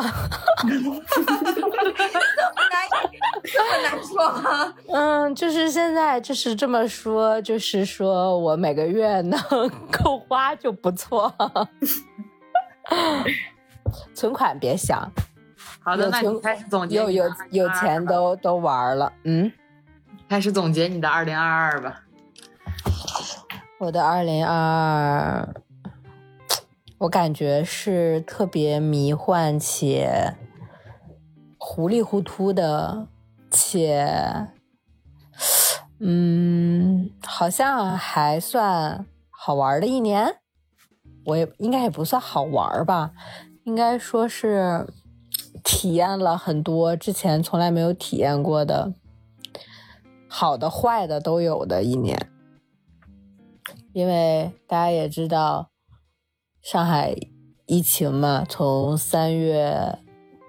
这么难说吗？ 嗯，就是现在就是这么说，就是说我每个月能够花就不错，存款别想。 好的， 有存那你开始总结有有你的有钱都都玩了，嗯。 开始总结你的二零二二吧。 我的二零二二，我感觉是特别迷幻且糊里糊涂的，且嗯，好像还算好玩的一年。我也应该也不算好玩吧，应该说是体验了很多之前从来没有体验过的，好的坏的都有的一年。因为大家也知道上海疫情嘛，从三月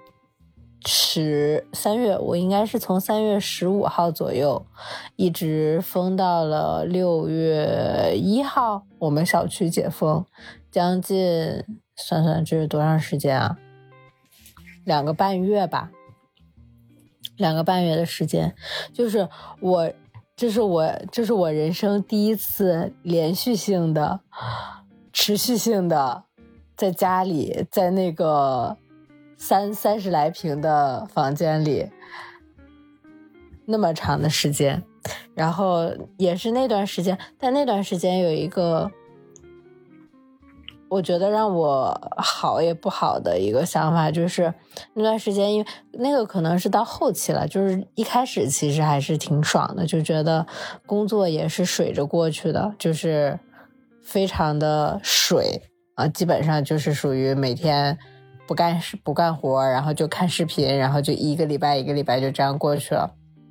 十三月我应该是从三月十五号左右一直封到了六月一号，我们小区解封，将近算算这是多长时间啊，两个半月吧，两个半月的时间。就是我这是我这是我人生第一次连续性的持续性的在家里，在那个三三十来平的房间里那么长的时间。然后也是那段时间，但那段时间有一个我觉得让我好也不好的一个想法，就是那段时间因为那个可能是到后期了，就是一开始其实还是挺爽的，就觉得工作也是水着过去的，就是非常的水啊，基本上就是属于每天不干不干活，然后就看视频，然后就一个礼拜一个礼拜就这样过去了。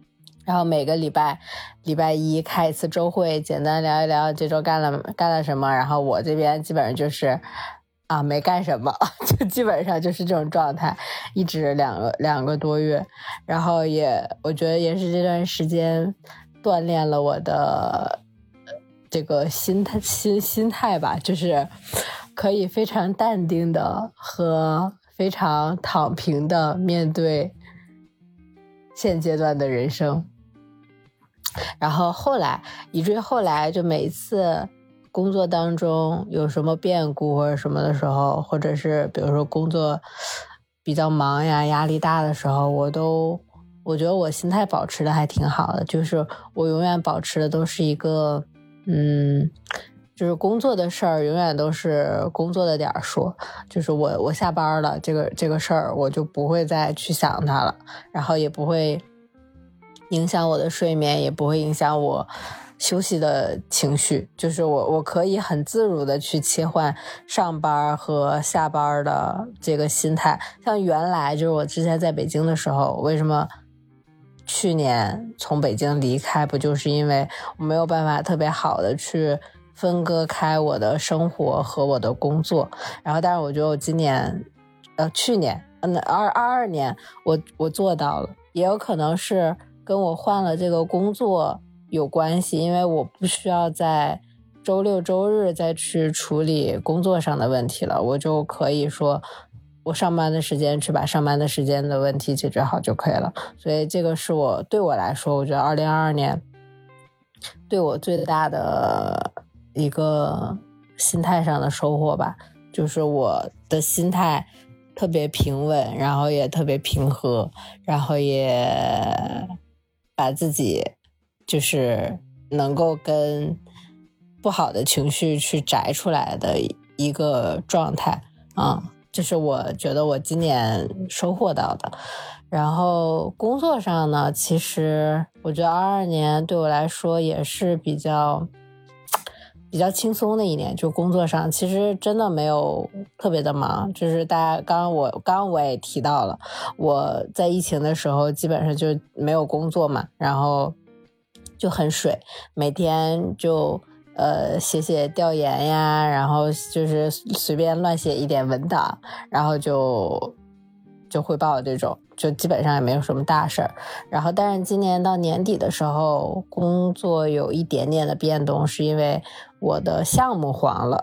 然后每个礼拜礼拜一开一次周会，简单聊一聊这周干了干了什么，然后我这边基本上就是啊没干什么，就基本上就是这种状态，一直两个两个多月，然后也我觉得也是这段时间锻炼了我的这个心态心心态吧，就是可以非常淡定的和非常躺平的面对现阶段的人生。然后后来以至于后来就每次工作当中有什么变故或者什么的时候，或者是比如说工作比较忙呀压力大的时候，我都我觉得我心态保持的还挺好的，就是我永远保持的都是一个嗯就是工作的事儿永远都是工作的点儿说，就是我我下班了这个这个事儿我就不会再去想它了，然后也不会影响我的睡眠，也不会影响我休息的情绪，就是我我可以很自如的去切换上班和下班的这个心态。像原来就是我之前在北京的时候，为什么去年从北京离开，不就是因为我没有办法特别好的去分割开我的生活和我的工作。然后但是我觉得我今年呃去年嗯二二二年我我做到了，也有可能是跟我换了这个工作有关系，因为我不需要在周六周日再去处理工作上的问题了，我就可以说我上班的时间去把上班的时间的问题解决好就可以了。所以这个是我对我来说，我觉得二零二二年对我最大的一个心态上的收获吧，就是我的心态特别平稳，然后也特别平和，然后也把自己就是能够跟不好的情绪去摘出来的一个状态啊、嗯，这是我觉得我今年收获到的。然后工作上呢，其实我觉得二二年对我来说也是比较比较轻松的一年，就工作上其实真的没有特别的忙，就是大家刚刚我刚刚我也提到了，我在疫情的时候基本上就没有工作嘛，然后就很水，每天就呃写写调研呀，然后就是随便乱写一点文档，然后就就汇报这种，就基本上也没有什么大事儿。然后但是今年到年底的时候工作有一点点的变动，是因为我的项目黄了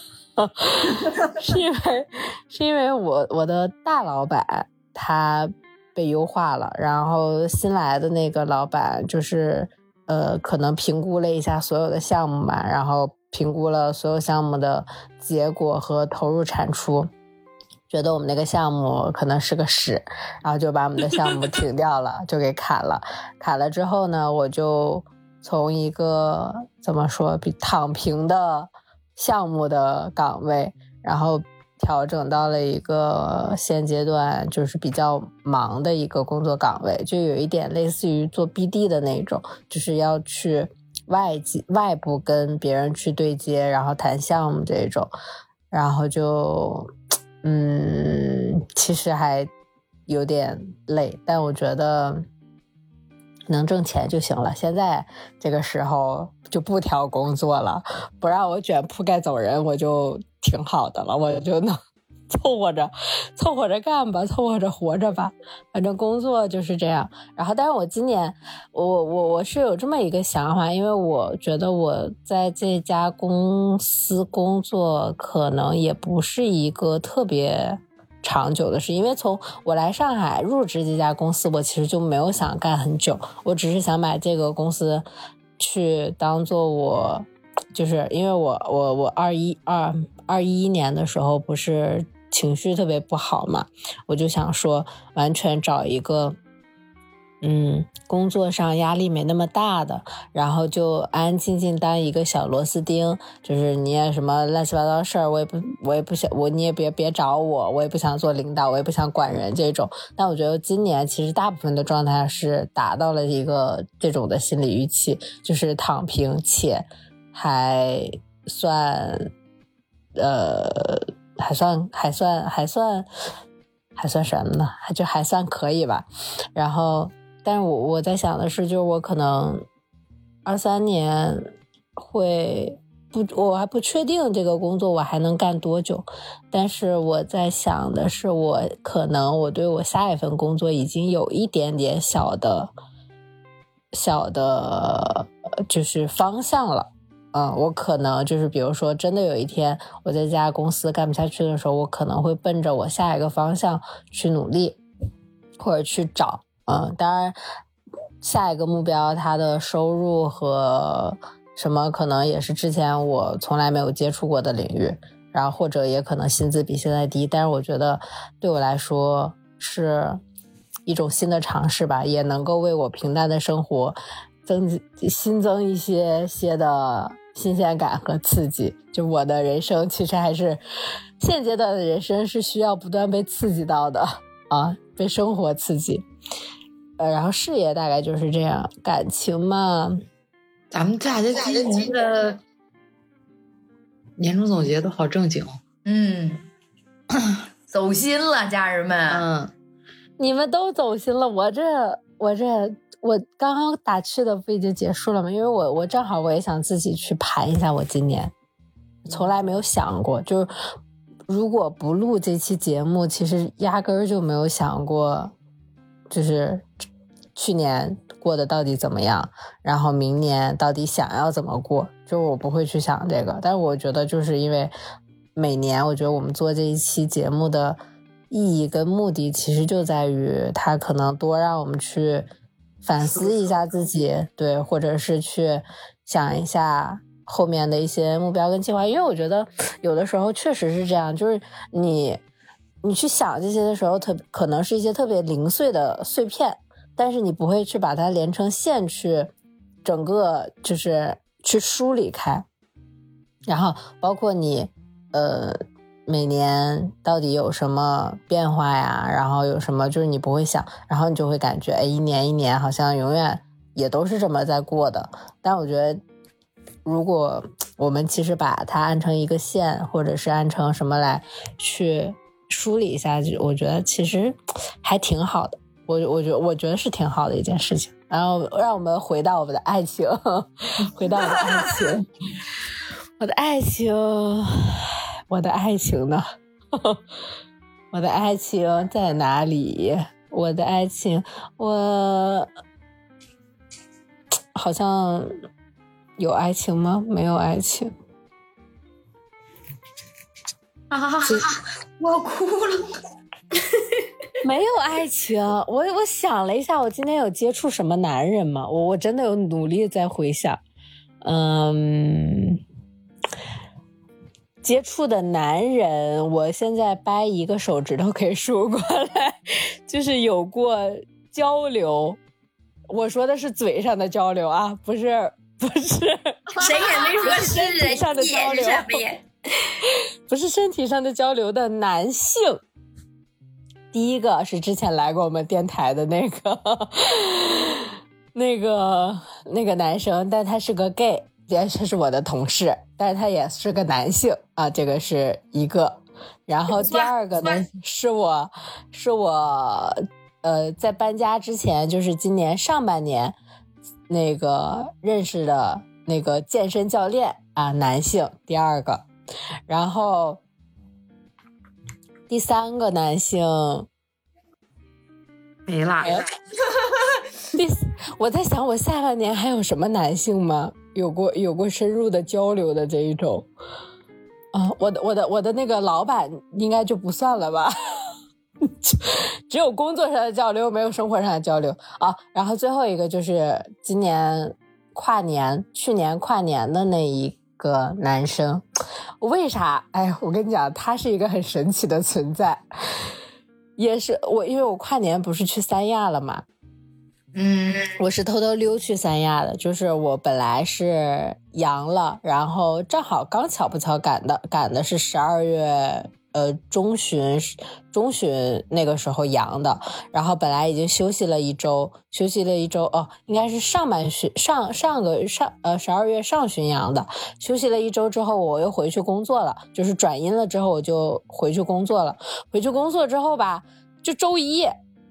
是因为是因为我我的大老板他被优化了，然后新来的那个老板就是呃可能评估了一下所有的项目嘛，然后评估了所有项目的结果和投入产出，觉得我们那个项目可能是个屎，然后就把我们的项目停掉了就给砍了。砍了之后呢，我就从一个怎么说比躺平的项目的岗位，然后调整到了一个现阶段就是比较忙的一个工作岗位，就有一点类似于做 B D 的那种，就是要去外界外部跟别人去对接，然后谈项目这种，然后就嗯，其实还有点累，但我觉得能挣钱就行了。现在这个时候就不挑工作了，不让我卷铺盖走人，我就挺好的了，我就能凑合着凑合着干吧，凑合着活着吧，反正工作就是这样。然后但是我今年我我我是有这么一个想法，因为我觉得我在这家公司工作可能也不是一个特别长久的事，因为从我来上海入职这家公司，我其实就没有想干很久，我只是想把这个公司去当做我，就是因为我我我二一二二一年的时候不是情绪特别不好嘛，我就想说完全找一个嗯工作上压力没那么大的，然后就安安静静当一个小螺丝钉，就是你也什么乱七八糟事儿我也不我也不想我你也别别找我，我也不想做领导，我也不想管人这种。但我觉得今年其实大部分的状态是达到了一个这种的心理预期，就是躺平且还算呃还算还算还算还算什么呢？就还算可以吧。然后但是我我在想的是，就是我可能二三年会不，我还不确定这个工作我还能干多久，但是我在想的是，我可能我对我下一份工作已经有一点点小的小的就是方向了。嗯，我可能就是比如说真的有一天我在这家公司干不下去的时候，我可能会奔着我下一个方向去努力或者去找。嗯，当然下一个目标它的收入和什么可能也是之前我从来没有接触过的领域，然后或者也可能薪资比现在低，但是我觉得对我来说是一种新的尝试吧，也能够为我平淡的生活增新增一些些的新鲜感和刺激。就我的人生其实还是现阶段的人生是需要不断被刺激到的啊，被生活刺激。呃，然后事业大概就是这样，感情嘛， 咱们大家今年的年终总结都好正经。 嗯，走心了，家人们。 嗯， 你们都走心了，我这我这我刚刚打趣的不已经结束了吗？因为我我正好我也想自己去盘一下我今年，从来没有想过，就是如果不录这期节目，其实压根儿就没有想过，就是去年过得到底怎么样，然后明年到底想要怎么过，就是我不会去想这个。但是我觉得就是因为每年我觉得我们做这一期节目的意义跟目的其实就在于它可能多让我们去反思一下自己，对，或者是去想一下后面的一些目标跟计划。因为我觉得有的时候确实是这样，就是你你去想这些的时候，特可能是一些特别零碎的碎片，但是你不会去把它连成线去整个就是去梳理开。然后包括你呃每年到底有什么变化呀，然后有什么就是你不会想，然后你就会感觉哎，一年一年好像永远也都是这么在过的。但我觉得如果我们其实把它按成一个线，或者是按成什么来去梳理一下，我觉得其实还挺好的。我我觉得我觉得是挺好的一件事情。然后让我们回到我们的爱情，回到我的爱情，我的爱情，我的爱情呢？我的爱情在哪里？我的爱情，我好像有爱情吗？没有爱情。 啊！我要哭了。 没有爱情，我我想了一下，我今天有接触什么男人吗？我我真的有努力在回想，嗯，接触的男人，我现在掰一个手指头可以数过来，就是有过交流。我说的是嘴上的交流啊，不是不是， 谁也没说是身体上的交流，不是身体上的交流的男性。第一个是之前来过我们电台的那个那个那个男生，但他是个 gay， 也是我的同事，但是他也是个男性啊，这个是一个。然后第二个呢，是我是我呃在搬家之前，就是今年上半年那个认识的那个健身教练啊，男性，第二个。然后第三个男性没啦。 第我在想，我下半年还有什么男性吗？有过有过深入的交流的这一种啊、呃，我的我的我的那个老板应该就不算了吧。只有工作上的交流，没有生活上的交流啊。然后最后一个就是今年跨年，去年跨年的那一个男生。为啥？哎，我跟你讲，他是一个很神奇的存在。也是我，因为我跨年不是去三亚了嘛， 嗯， 我是偷偷溜去三亚的，就是我本来是阳了，然后正好刚巧不巧赶的赶的是十二月呃中旬中旬那个时候阳的，然后本来已经休息了一周，休息了一周哦，应该是上半旬上上个上呃十二月上旬阳的，休息了一周之后我又回去工作了，就是转阴了之后我就回去工作了，回去工作之后吧，就周一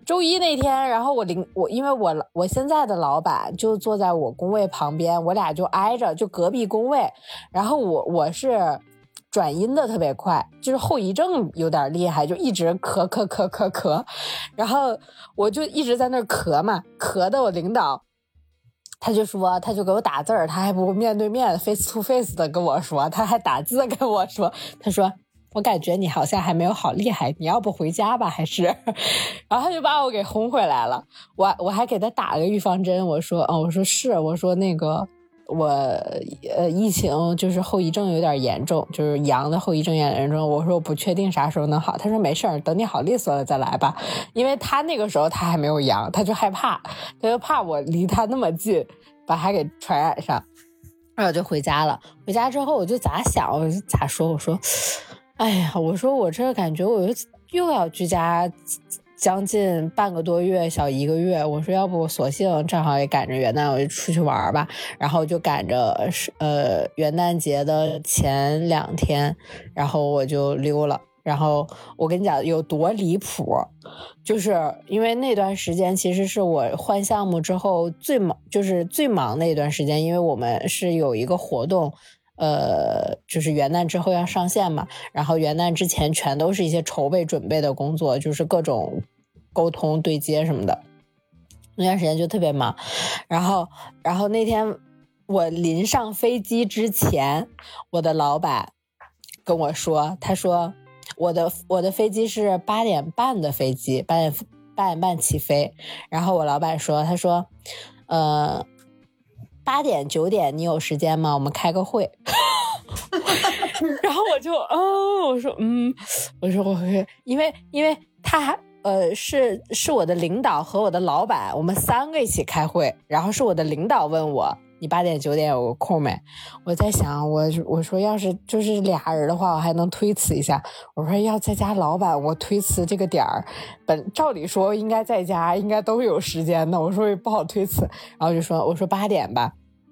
周一那天，然后我领我，因为我我现在的老板就坐在我工位旁边，我俩就挨着，就隔壁工位。然后我我是转阴的特别快，就是后遗症有点厉害，就一直咳咳咳咳咳，然后我就一直在那咳嘛，咳的我领导。他就说，他就给我打字儿，他还不面对面 face to face 的跟我说，他还打字跟我说，他说我感觉你好像还没有好厉害，你要不回家吧还是？然后他就把我给轰回来了。我我还给他打了个预防针，我说，哦，我说是，我说那个我呃疫情就是后遗症有点严重，就是阳的后遗症有点严重。我说我不确定啥时候能好，他说没事儿，等你好利索了再来吧。因为他那个时候他还没有阳，他就害怕，他就怕我离他那么近，把他给传染上。然后我就回家了。回家之后我就咋想，我就咋说，我说，哎呀，我说我这感觉我又又要居家将近半个多月，小一个月。我说要不索性正好也赶着元旦，我就出去玩吧。然后就赶着呃元旦节的前两天，然后我就溜了。然后我跟你讲有多离谱，就是因为那段时间其实是我换项目之后最忙，就是最忙的一段时间，因为我们是有一个活动。呃，就是元旦之后要上线嘛，然后元旦之前全都是一些筹备准备的工作，就是各种沟通对接什么的，那段时间就特别忙。然后然后那天我临上飞机之前，我的老板跟我说，他说我的我的飞机是八点半的飞机，八点八点半起飞。然后我老板说，他说呃八点九点你有时间吗？我们开个会。然后我就哦，我说嗯，我说我会，因为因为他呃是是我的领导和我的老板，我们三个一起开会，然后是我的领导问我你八点九点有个空没？我在想我我说要是就是俩人的话，我还能推辞一下。我说要在家老板，我推辞这个点儿，本照理说应该在家应该都有时间的，我说也不好推辞，然后就说我说八点吧。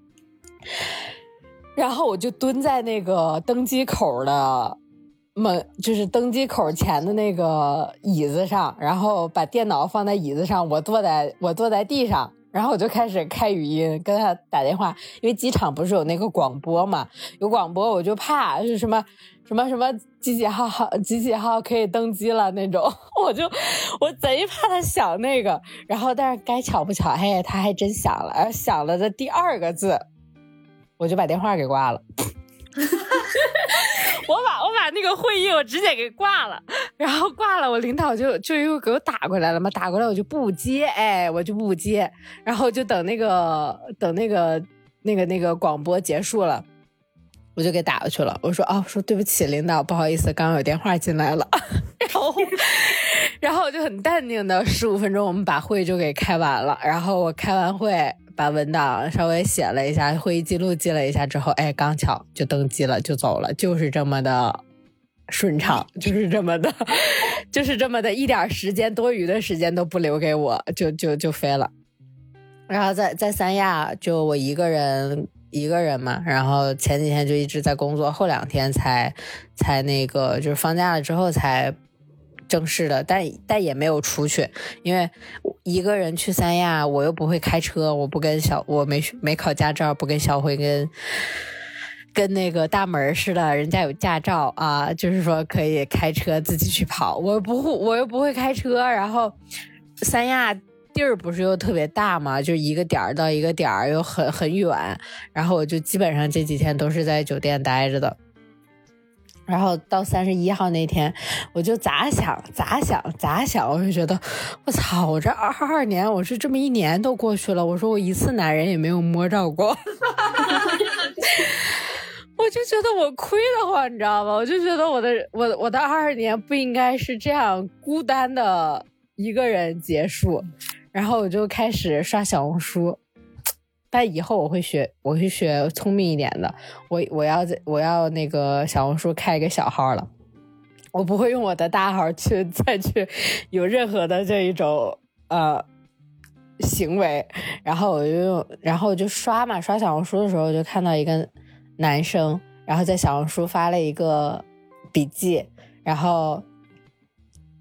然后我就蹲在那个登机口的门，就是登机口前的那个椅子上，然后把电脑放在椅子上，我坐在我坐在地上，然后我就开始开语音跟他打电话，因为机场不是有那个广播嘛，有广播我就怕是什么什么什么几几号几几号可以登机了那种，我就我贼怕他响那个，然后但是该巧不巧，嘿，他还真响了，而响了的第二个字。我就把电话给挂了。我把我把那个会议我直接给挂了，然后挂了，我领导就就又给我打过来了嘛，打过来我就不接，哎，我就不接，然后就等那个等那个那个那个广播结束了，我就给打过去了。我说哦，说对不起领导，不好意思，刚刚有电话进来了。然后然后我就很淡定的十五分钟我们把会就给开完了，然后我开完会把文档稍微写了一下，会议记录记了一下之后，哎，刚巧就登机了，就走了，就是这么的顺畅，就是这么的就是这么的一点时间多余的时间都不留给我，就就就飞了。然后在在三亚就我一个人一个人嘛，然后前几天就一直在工作，后两天才才那个就是放假了之后才正式的，但但也没有出去，因为一个人去三亚，我又不会开车，我不跟小我没没考驾照，不跟小辉跟跟那个大门似的，人家有驾照啊，就是说可以开车自己去跑，我不会，我又不会开车，然后三亚地儿不是又特别大嘛，就一个点儿到一个点儿又很很远，然后我就基本上这几天都是在酒店待着的。然后到三十一号那天，我就咋想咋想咋想，我就觉得我操，我这二二年，我是这么一年都过去了，我说我一次男人也没有摸着过，我就觉得我亏得慌，你知道吗？我就觉得我的我我的二二年不应该是这样孤单的一个人结束，然后我就开始刷小红书。但以后我会学，我会学聪明一点的。我我要我要那个小红书开一个小号了，我不会用我的大号去再去有任何的这一种呃行为。然后我就用，然后我就刷嘛，刷小红书的时候，我就看到一个男生，然后在小红书发了一个笔记，然后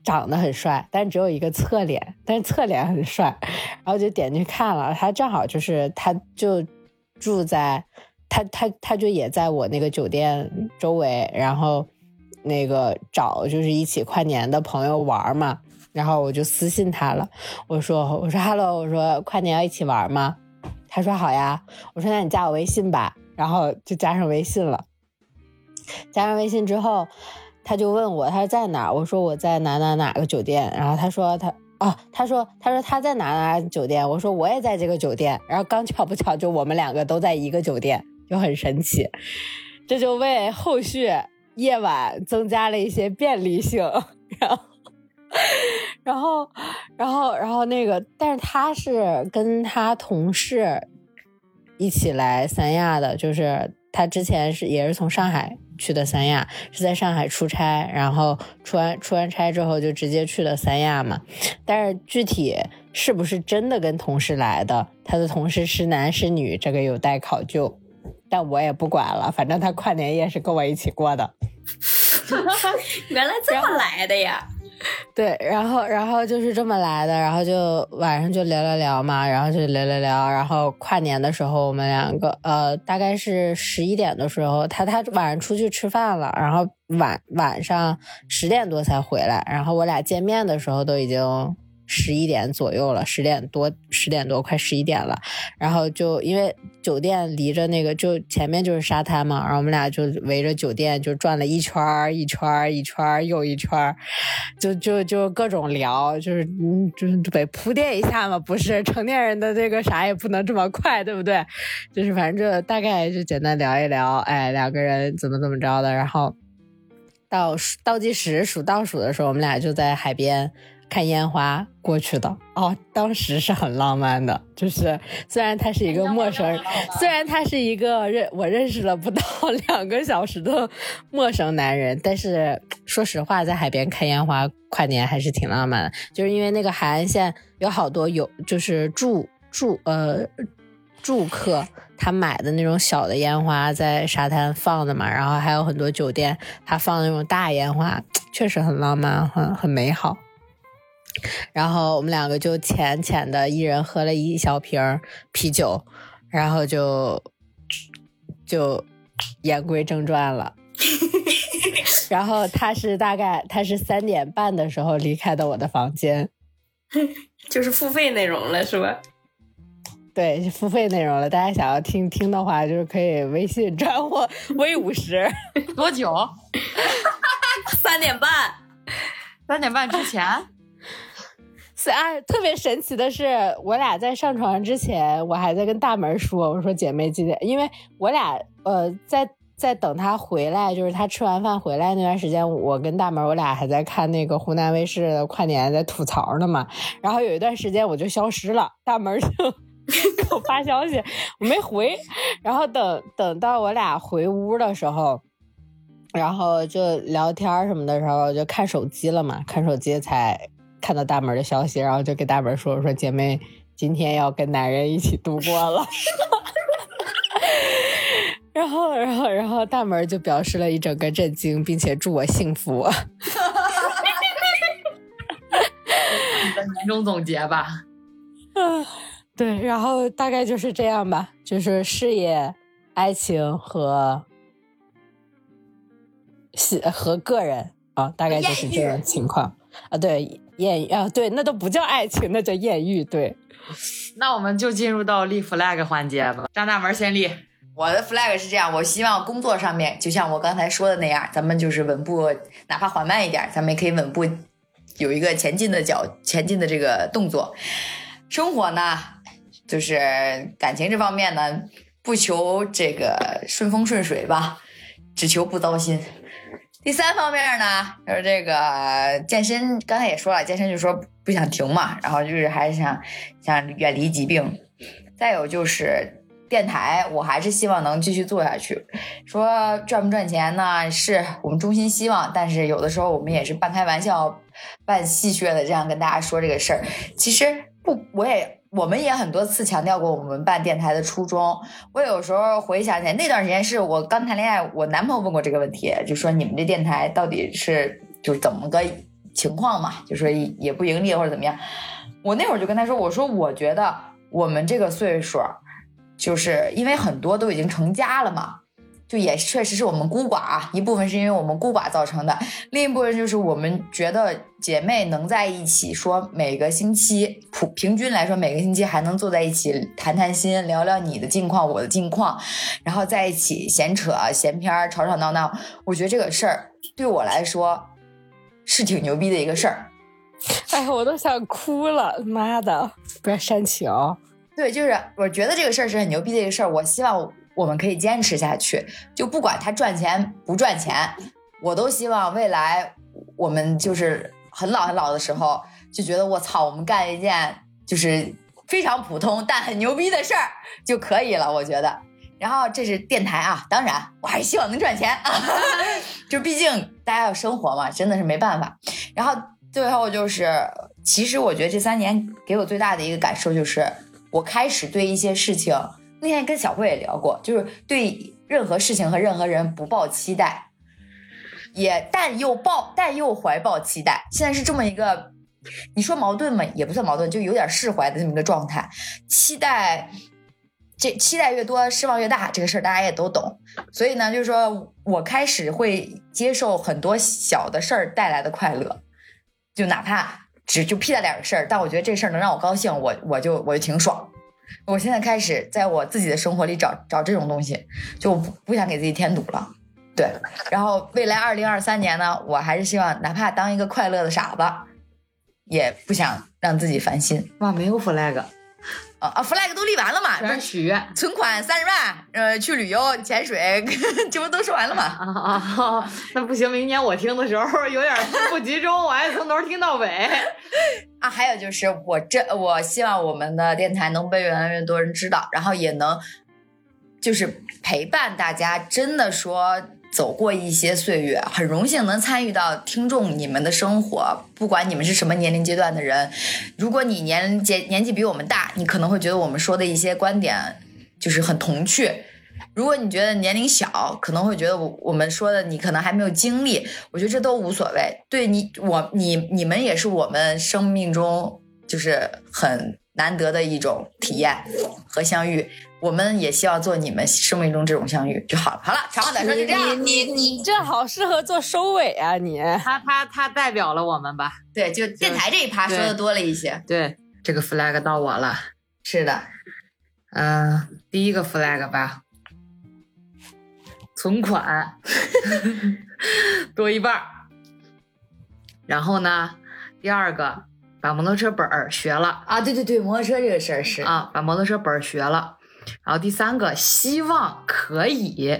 长得很帅，但只有一个侧脸，但是侧脸很帅，然后就点进去看了，他正好就是他就住在他他他就也在我那个酒店周围，然后那个找就是一起跨年的朋友玩嘛，然后我就私信他了，我说我说 hello， 我说跨年要一起玩吗？他说好呀，我说那你加我微信吧，然后就加上微信了。加上微信之后，他就问我他是在哪，我说我在哪哪哪个酒店，然后他说他哦，他说他说他在哪哪酒店，我说我也在这个酒店，然后刚巧不巧就我们两个都在一个酒店，就很神奇，这就为后续夜晚增加了一些便利性，然后。然后，然后，然后那个，但是他是跟他同事一起来三亚的，就是他之前是也是从上海去的三亚，是在上海出差，然后出完出完差之后就直接去了三亚嘛。但是具体是不是真的跟同事来的，他的同事是男是女，这个有待考究，但我也不管了，反正他跨年夜是跟我一起过的。 原来这么来的呀！ 对，然后然后就是这么来的，然后就晚上就聊聊聊嘛，然后就聊聊聊，然后跨年的时候我们两个呃大概是十一点的时候，他他晚上出去吃饭了，然后晚晚上十点多才回来，然后我俩见面的时候都已经十一点左右了，十点多十点多快十一点了，然后就因为酒店离着那个就前面就是沙滩嘛，然后我们俩就围着酒店就转了一圈一圈一圈又一圈，就就就各种聊，就是嗯就是得铺垫一下嘛，不是成年人的这个啥也不能这么快，对不对？就是反正就大概就简单聊一聊，哎，两个人怎么怎么着的，然后到倒计时数倒数的时候，我们俩就在海边看烟花过去的哦，当时是很浪漫的，就是虽然他是一个陌生人，虽然他是一个认我认识了不到两个小时的陌生男人，但是说实话，在海边看烟花跨年还是挺浪漫的，就是因为那个海岸线有好多有就是住住呃住客他买的那种小的烟花在沙滩放的嘛，然后还有很多酒店他放的那种大烟花，确实很浪漫，很很美好。然后我们两个就浅浅的一人喝了一小瓶啤酒，然后就就言归正传了。然后他是大概他是三点半的时候离开的我的房间， 就是付费内容了是吧？ 对，付费内容了，大家想要听听的话就是可以微信转我微五十。 多久？ 三点半三点半之前。 啊，特别神奇的是，我俩在上床之前，我还在跟大门说，我说姐妹记得，因为我俩呃在在等他回来，就是他吃完饭回来那段时间，我跟大门我俩还在看那个湖南卫视的跨年，在吐槽呢嘛。然后有一段时间我就消失了，大门就给我发消息，我没回。然后等等到我俩回屋的时候，然后就聊天什么的时候，就看手机了嘛，看手机才看到大门的消息，然后就给大门说说姐妹今天要跟男人一起度过了。然后然后然后大门就表示了一整个震惊，并且祝我幸福。 年终总结吧。 对，然后大概就是这样吧，就是事业、爱情和和个人啊，大概就是这种情况啊。对，艳遇啊，对，那都不叫爱情，那叫艳遇。对， 那我们就进入到立 flag 环节吧。张大门先立。 我的 flag 是这样，我希望工作上面就像我刚才说的那样，咱们就是稳步，哪怕缓慢一点，咱们也可以稳步有一个前进的脚，前进的这个动作。生活呢，就是感情这方面呢，不求这个顺风顺水吧，只求不糟心。第三方面呢，就是这个健身，刚才也说了，健身就说不想停嘛，然后就是还是想想远离疾病。再有就是电台，我还是希望能继续做下去。说赚不赚钱呢，是我们衷心希望，但是有的时候我们也是半开玩笑半戏谑的这样跟大家说这个事儿。其实不，我也我们也很多次强调过我们办电台的初衷。我有时候回想起来，那段时间是我刚谈恋爱，我男朋友问过这个问题，就说你们这电台到底是就是怎么个情况嘛，就说也不盈利或者怎么样。我那会儿就跟他说，我说我觉得我们这个岁数，就是因为很多都已经成家了嘛，就也确实是我们孤寡啊，一部分是因为我们孤寡造成的，另一部分就是我们觉得姐妹能在一起，说每个星期普平均来说每个星期还能坐在一起谈谈心，聊聊你的近况我的近况，然后在一起闲扯闲篇吵吵闹闹，我觉得这个事儿对我来说是挺牛逼的一个事儿。 哎，我都想哭了，妈的，不要煽情哦。 对，就是我觉得这个事儿是很牛逼的一个事儿，我希望我们可以坚持下去，就不管他赚钱不赚钱，我都希望未来我们就是很老很老的时候就觉得我操，我们干一件就是非常普通但很牛逼的事儿就可以了，我觉得。然后这是电台啊，当然我还是希望能赚钱就毕竟大家要生活嘛，真的是没办法。然后最后就是，其实我觉得这三年给我最大的一个感受就是，我开始对一些事情，那天跟小慧也聊过，就是对任何事情和任何人不抱期待，也但又抱但又怀抱期待。现在是这么一个，你说矛盾嘛，也不算矛盾，就有点释怀的这么一个状态。期待，这期待越多，失望越大，这个事儿大家也都懂。所以呢，就是说我开始会接受很多小的事儿带来的快乐。就哪怕只就屁大点的事儿，但我觉得这事儿能让我高兴，我我就我就挺爽。我现在开始在我自己的生活里找找这种东西，就不不想给自己添堵了。对，然后未来二零二三年呢，我还是希望哪怕当一个快乐的傻子，也不想让自己烦心。 哇，没有 flag。 啊啊 ，flag 都立完了嘛， 全是许愿， 存款三十万，呃，去旅游、潜水，这不都说完了吗？ 啊啊，那不行，明年我听的时候有点不集中，我还从头听到尾。 啊，还有就是我这，我希望我们的电台能被越来越多人知道，然后也能就是陪伴大家，真的说走过一些岁月，很荣幸能参与到听众你们的生活，不管你们是什么年龄阶段的人。如果你年纪年纪比我们大，你可能会觉得我们说的一些观点就是很童趣，如果你觉得年龄小，可能会觉得我我们说的你可能还没有经历，我觉得这都无所谓。对你我你你们也是我们生命中就是很难得的一种体验和相遇，我们也希望做你们生命中这种相遇就好了。好了，长话短说，就这样。 你你你这好适合做收尾啊！你他他他代表了我们吧？ 对，就电台这一趴说的多了一些。 对，这个 flag 到我了。 是的， 嗯、呃，第一个 flag 吧，存款多一半。然后呢，第二个。把摩托车本儿学了啊，对对对，摩托车这个事儿是啊，把摩托车本儿学了。然后第三个，希望可以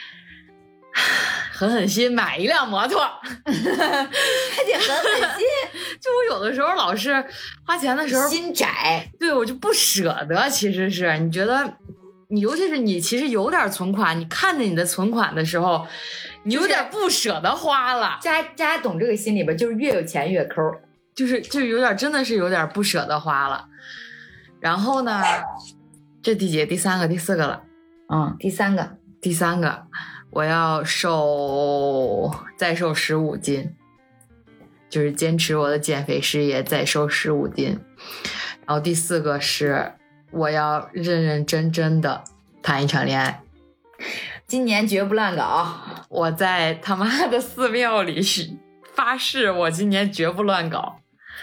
狠狠心买一辆摩托， 还得狠狠心。 就我有的时候老是花钱的时候心窄， 对我就不舍得。其实是你觉得，你尤其是你其实有点存款，你看着你的存款的时候，你有点不舍得花了。 大家大家懂这个心理吧？就是越有钱越抠。 就是就有点真的是有点不舍得花了。然后呢，这第几个？第三个第四个了。 嗯，第三个第三个我要瘦再瘦十五斤，就是坚持我的减肥事业再瘦十五斤。然后第四个是我要认认真真的谈一场恋爱， 今年绝不乱搞。 我在他妈的寺庙里许发誓我今年绝不乱搞。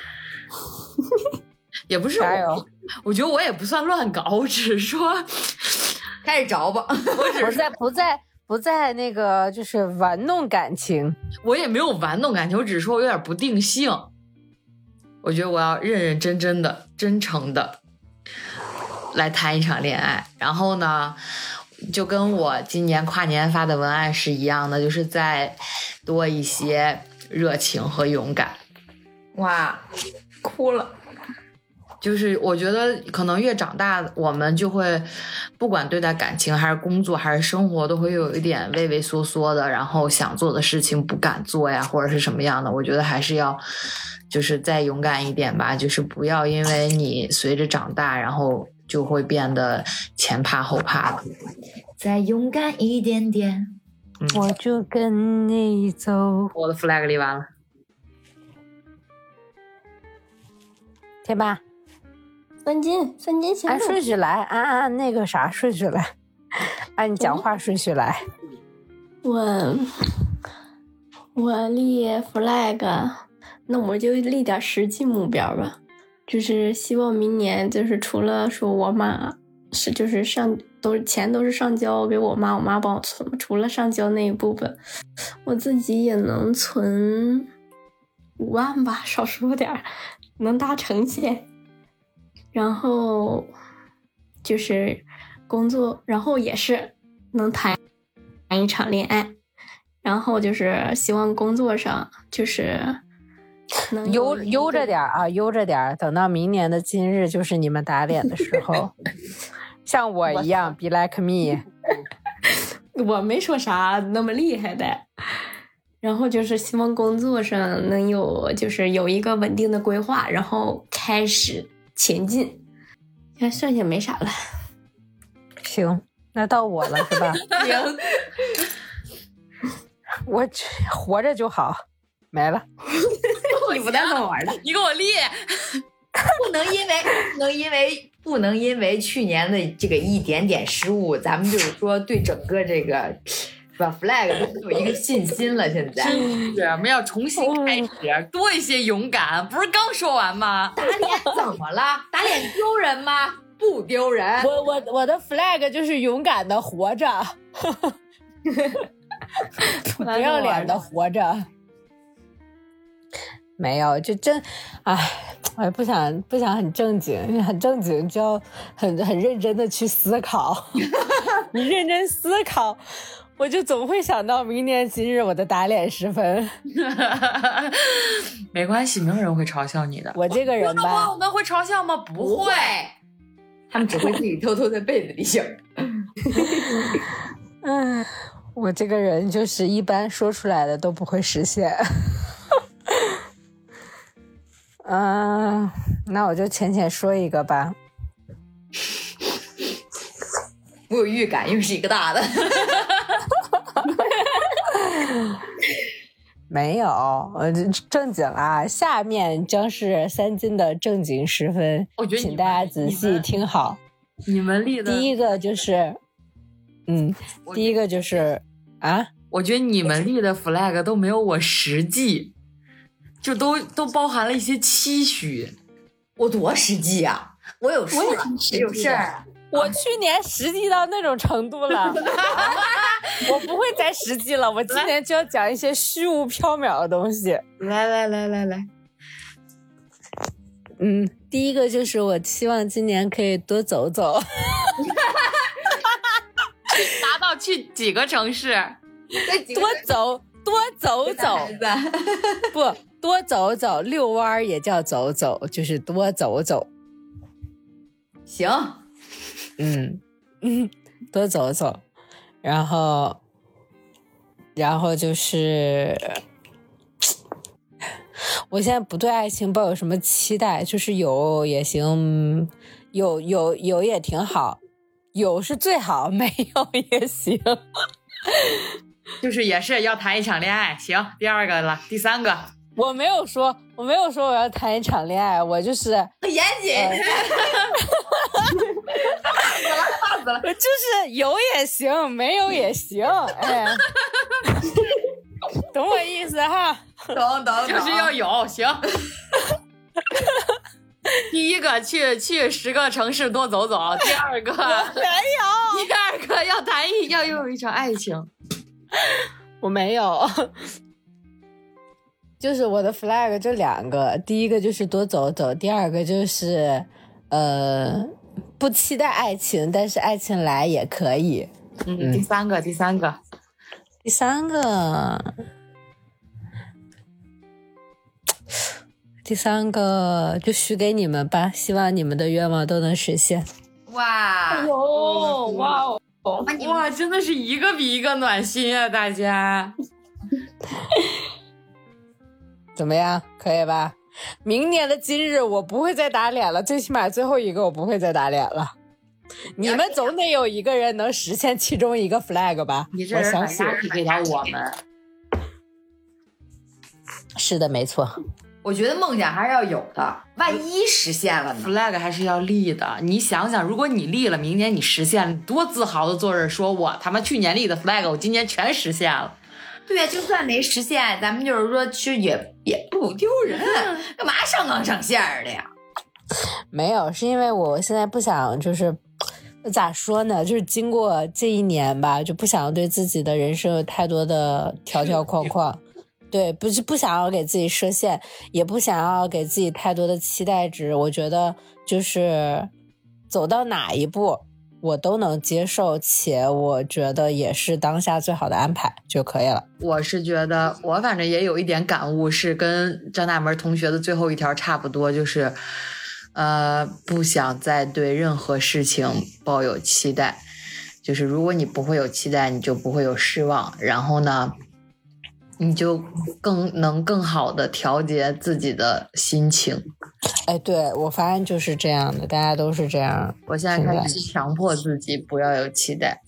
也不是我，我觉得我也不算乱搞，我只是说开始找吧。 我只是不在不在不在那个就是玩弄感情， 我也没有玩弄感情，我只是说我有点不定性。我觉得我要认认真真的、真诚的来谈一场恋爱，然后呢，就跟我今年跨年发的文案是一样的，就是再多一些热情和勇敢。 哇，哭了。 就是我觉得可能越长大，我们就会不管对待感情还是工作还是生活，都会有一点畏畏缩缩的，然后想做的事情不敢做呀，或者是什么样的。我觉得还是要就是再勇敢一点吧，就是不要因为你随着长大，然后就会变得前怕后怕的。 再勇敢一点点， 嗯、我就跟你走。 我的 flag 立完了。 天霸， 三金，三金行按顺序来，按按那个啥顺序来，按你讲话顺序来。 我我立 flag， 那我就立点实际目标吧，就是希望明年就是除了说我妈是就是上都是钱都是上交给我妈，我妈帮我存，除了上交那一部分，我自己也能存五万吧，少说点能达成些。然后就是工作，然后也是能谈谈一场恋爱，然后就是希望工作上就是能悠悠着点啊，悠着点，等到明年的今日就是你们打脸的时候，像我一样 ，be like me。 我没说啥那么厉害的，然后就是希望工作上能有就是有一个稳定的规划，然后开始前进。现在剩下没啥了。 行，那到我了是吧？ 行， 我活着就好，没了。 你不带这么玩的， 你给我列。 不能因为不能因为不能因为去年的这个一点点失误，咱们就是说对整个这个是吧 flag 都有一个信心了。现在是我们要重新开始，多一些勇敢。不是刚说完吗？ 打脸怎么了？打脸丢人吗？不丢人。 我我我的 flag 就是勇敢的活着，不要脸的活着。没有，就真，哎，我也不想不想很正经，因为很正经就要很很认真的去思考。你认真思考，我就总会想到明年今日我的打脸十分。 没关系，没有人会嘲笑你的。 我这个人吧， 我们会嘲笑吗？不会， 他们只会自己偷偷在被子里想。 嗯，我这个人就是一般说出来的都不会实现。嗯、呃，那我就浅浅说一个吧。 我有预感，又是一个大的。 没有，呃，正经啊，下面将是三金的正经时分， 我觉得请大家仔细听好。 你们立的第一个就是，嗯，第一个就是啊， 我觉得你们立的 flag 都没有我实际。就都都包含了一些期许。 我多实际啊！我有事了，我有事儿。 我去年实际到那种程度了，我不会再实际了。我今年就要讲一些虚无缥缈的东西。 来来来来来， 嗯，第一个就是我希望今年可以多走走。 达到去几个城市？ 多走多走走，不。多走走，遛弯也叫走走，就是多走走。 行， 嗯嗯，多走走，然后，然后就是，我现在不对爱情抱有什么期待，就是有也行，有有有也挺好，有是最好，没有也行。 就是也是要谈一场恋爱，行，第二个了，第三个。 我没有说，我没有说我要谈一场恋爱，我就是很严谨。 我就是有也行，没有也行，哎，懂我意思哈？ 懂懂， 就是要有行。第一个去去十个城市多走走，第二个没有， 第二个要谈一要有一场爱情， 我没有。就是我的 flag 就两个，第一个就是多走走，第二个就是呃不期待爱情，但是爱情来也可以。 嗯，嗯第三个，第三个， 第三个，第三个就许给你们吧，希望你们的愿望都能实现。 哇！ 哦，哇哦！ 哇，真的是一个比一个暖心啊，大家。 怎么样？可以吧？明年的今日我不会再打脸了，最起码最后一个我不会再打脸了。你们总得有一个人能实现其中一个 flag 吧？ 你这人把压力给到我们。 是的，没错。 我觉得梦想还是要有的，万一实现了呢 flag 还是要立的。你想想，如果你立了，明年你实现了，多自豪的坐这儿说，我他妈去年立的 flag， 我今年全实现了。 对呀，就算没实现，咱们就是说，其实也也不丢人，干嘛上纲上线的呀？ 没有，是因为我现在不想，就是咋说呢，就是经过这一年吧，就不想对自己的人生有太多的条条框框。对，不是不想要给自己设限，也不想要给自己太多的期待值。我觉得就是走到哪一步我都能接受，且我觉得也是当下最好的安排就可以了。 我是觉得我反正也有一点感悟，是跟张大门同学的最后一条差不多，就是呃不想再对任何事情抱有期待，就是如果你不会有期待，你就不会有失望，然后呢你就更能更好的调节自己的心情。 哎，对，我发现就是这样的，大家都是这样。 我现在开始强迫自己不要有期待。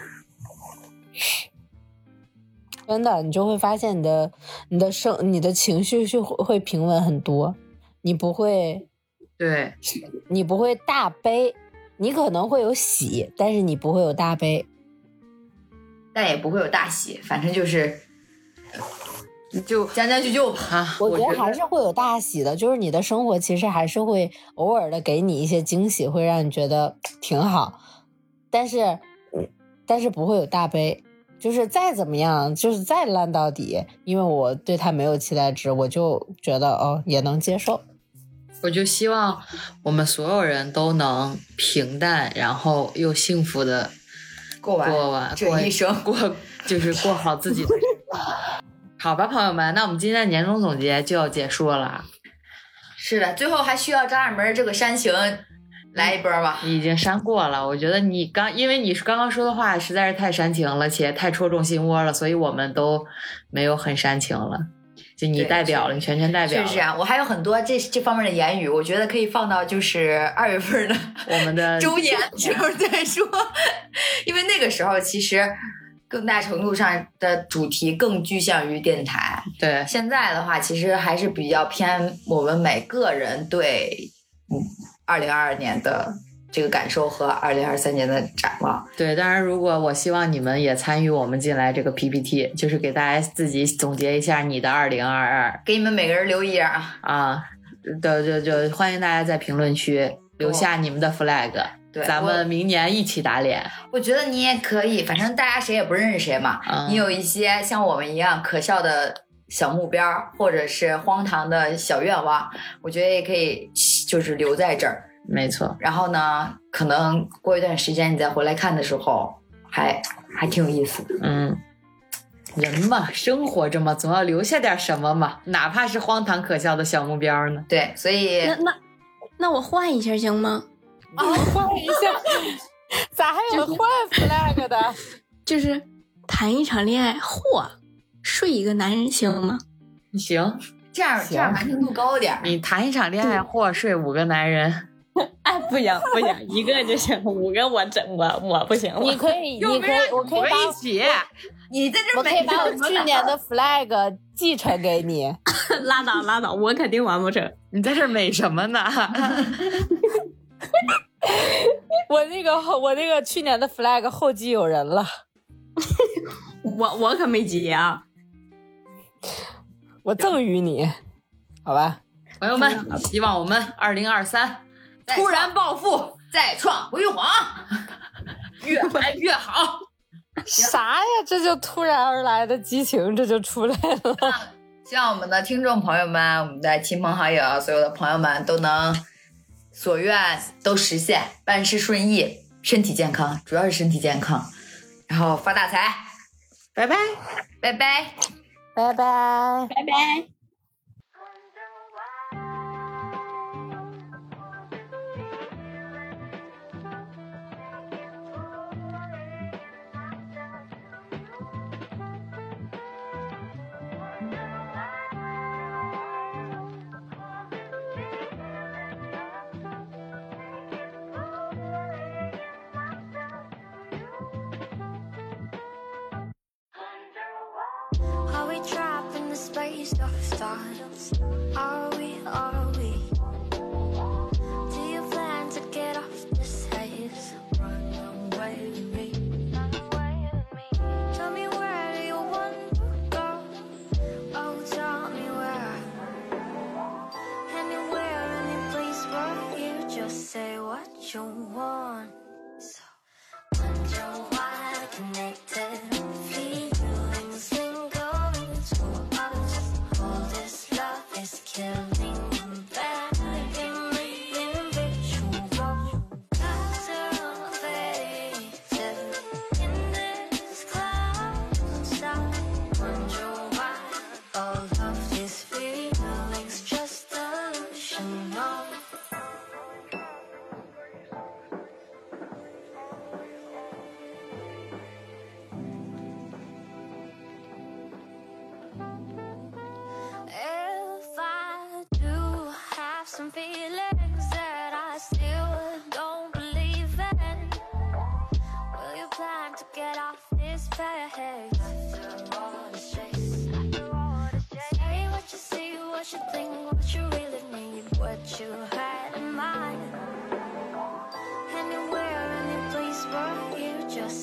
真的，你就会发现你的你的生你的情绪是会平稳很多，你不会， 对， 你不会大悲，你可能会有喜，但是你不会有大悲， 但也不会有大喜，反正就是就将将就就吧。 啊， 我觉得我觉得还是会有大喜的，就是你的生活其实还是会偶尔的给你一些惊喜，会让你觉得挺好，但是但是不会有大悲，就是再怎么样，就是再烂到底，因为我对他没有期待值，我就觉得哦也能接受。 我就希望我们所有人都能平淡，然后又幸福的过完过完这一生， 过就是过好自己的好吧，朋友们，那我们今天的年终总结就要结束了。 是的，最后还需要张二门这个煽情来一波吧。 你已经删过了，我觉得你刚因为你刚刚说的话实在是太煽情了，且太戳中心窝了，所以我们都没有很煽情了。就你代表了，你全权代表了。 是这样，我还有很多这这方面的言语，我觉得可以放到就是二月份的我们的周年时候再说，因为那个时候其实更大程度上的主题更具象于电台。 对， 现在的话，其实还是比较偏我们每个人对嗯二零二二年的这个感受和二零二三年的展望。 对，当然如果我希望你们也参与我们进来这个 P P T， 就是给大家自己总结一下你的二零二二， 给你们每个人留一样啊啊，就就就欢迎大家在评论区留下你们的 flag，、哦、 对， 咱们明年一起打脸。 我觉得你也可以，反正大家谁也不认识谁嘛、嗯、你有一些像我们一样可笑的小目标或者是荒唐的小愿望，我觉得也可以就是留在这儿。 没错， 然后呢可能过一段时间你再回来看的时候还还挺有意思的。 嗯，人嘛，生活着嘛，总要留下点什么嘛，哪怕是荒唐可笑的小目标呢。 对，所以那那那我换一下行吗？ 啊，换一下咋还有换 flag 的？ 就是谈一场恋爱或睡一个男人行吗？ 行， 这样这样完成度高点。 你谈一场恋爱或睡五个男人。 哎，不行不行，一个就行，五个我整我我不行。你可以，你可以，我可以把一起， 你在这， 我可以把我去年的 flag 继承给你。 拉倒拉倒，我肯定完不成。 你在这美什么呢？ 我那个我那个去年的 flag 后继有人了。 我我可没急啊， 我赠予你，好吧， 朋友们，希望我们二零二三突然暴富， 再创辉煌， 越来越好。 啥呀？这就突然而来的激情，这就出来了。 希望我们的听众朋友们，我们的亲朋好友，所有的朋友们都能所愿都实现，万事顺意，身体健康，主要是身体健康，然后发大财。 拜拜， 拜拜， 拜拜， 拜拜。 Are we trapped in the space of thoughts? Are time to get off this page. After all the chase, after all the chase. Say what you see, what you think, what you really need, what you had in mind. Anywhere, any place for you, just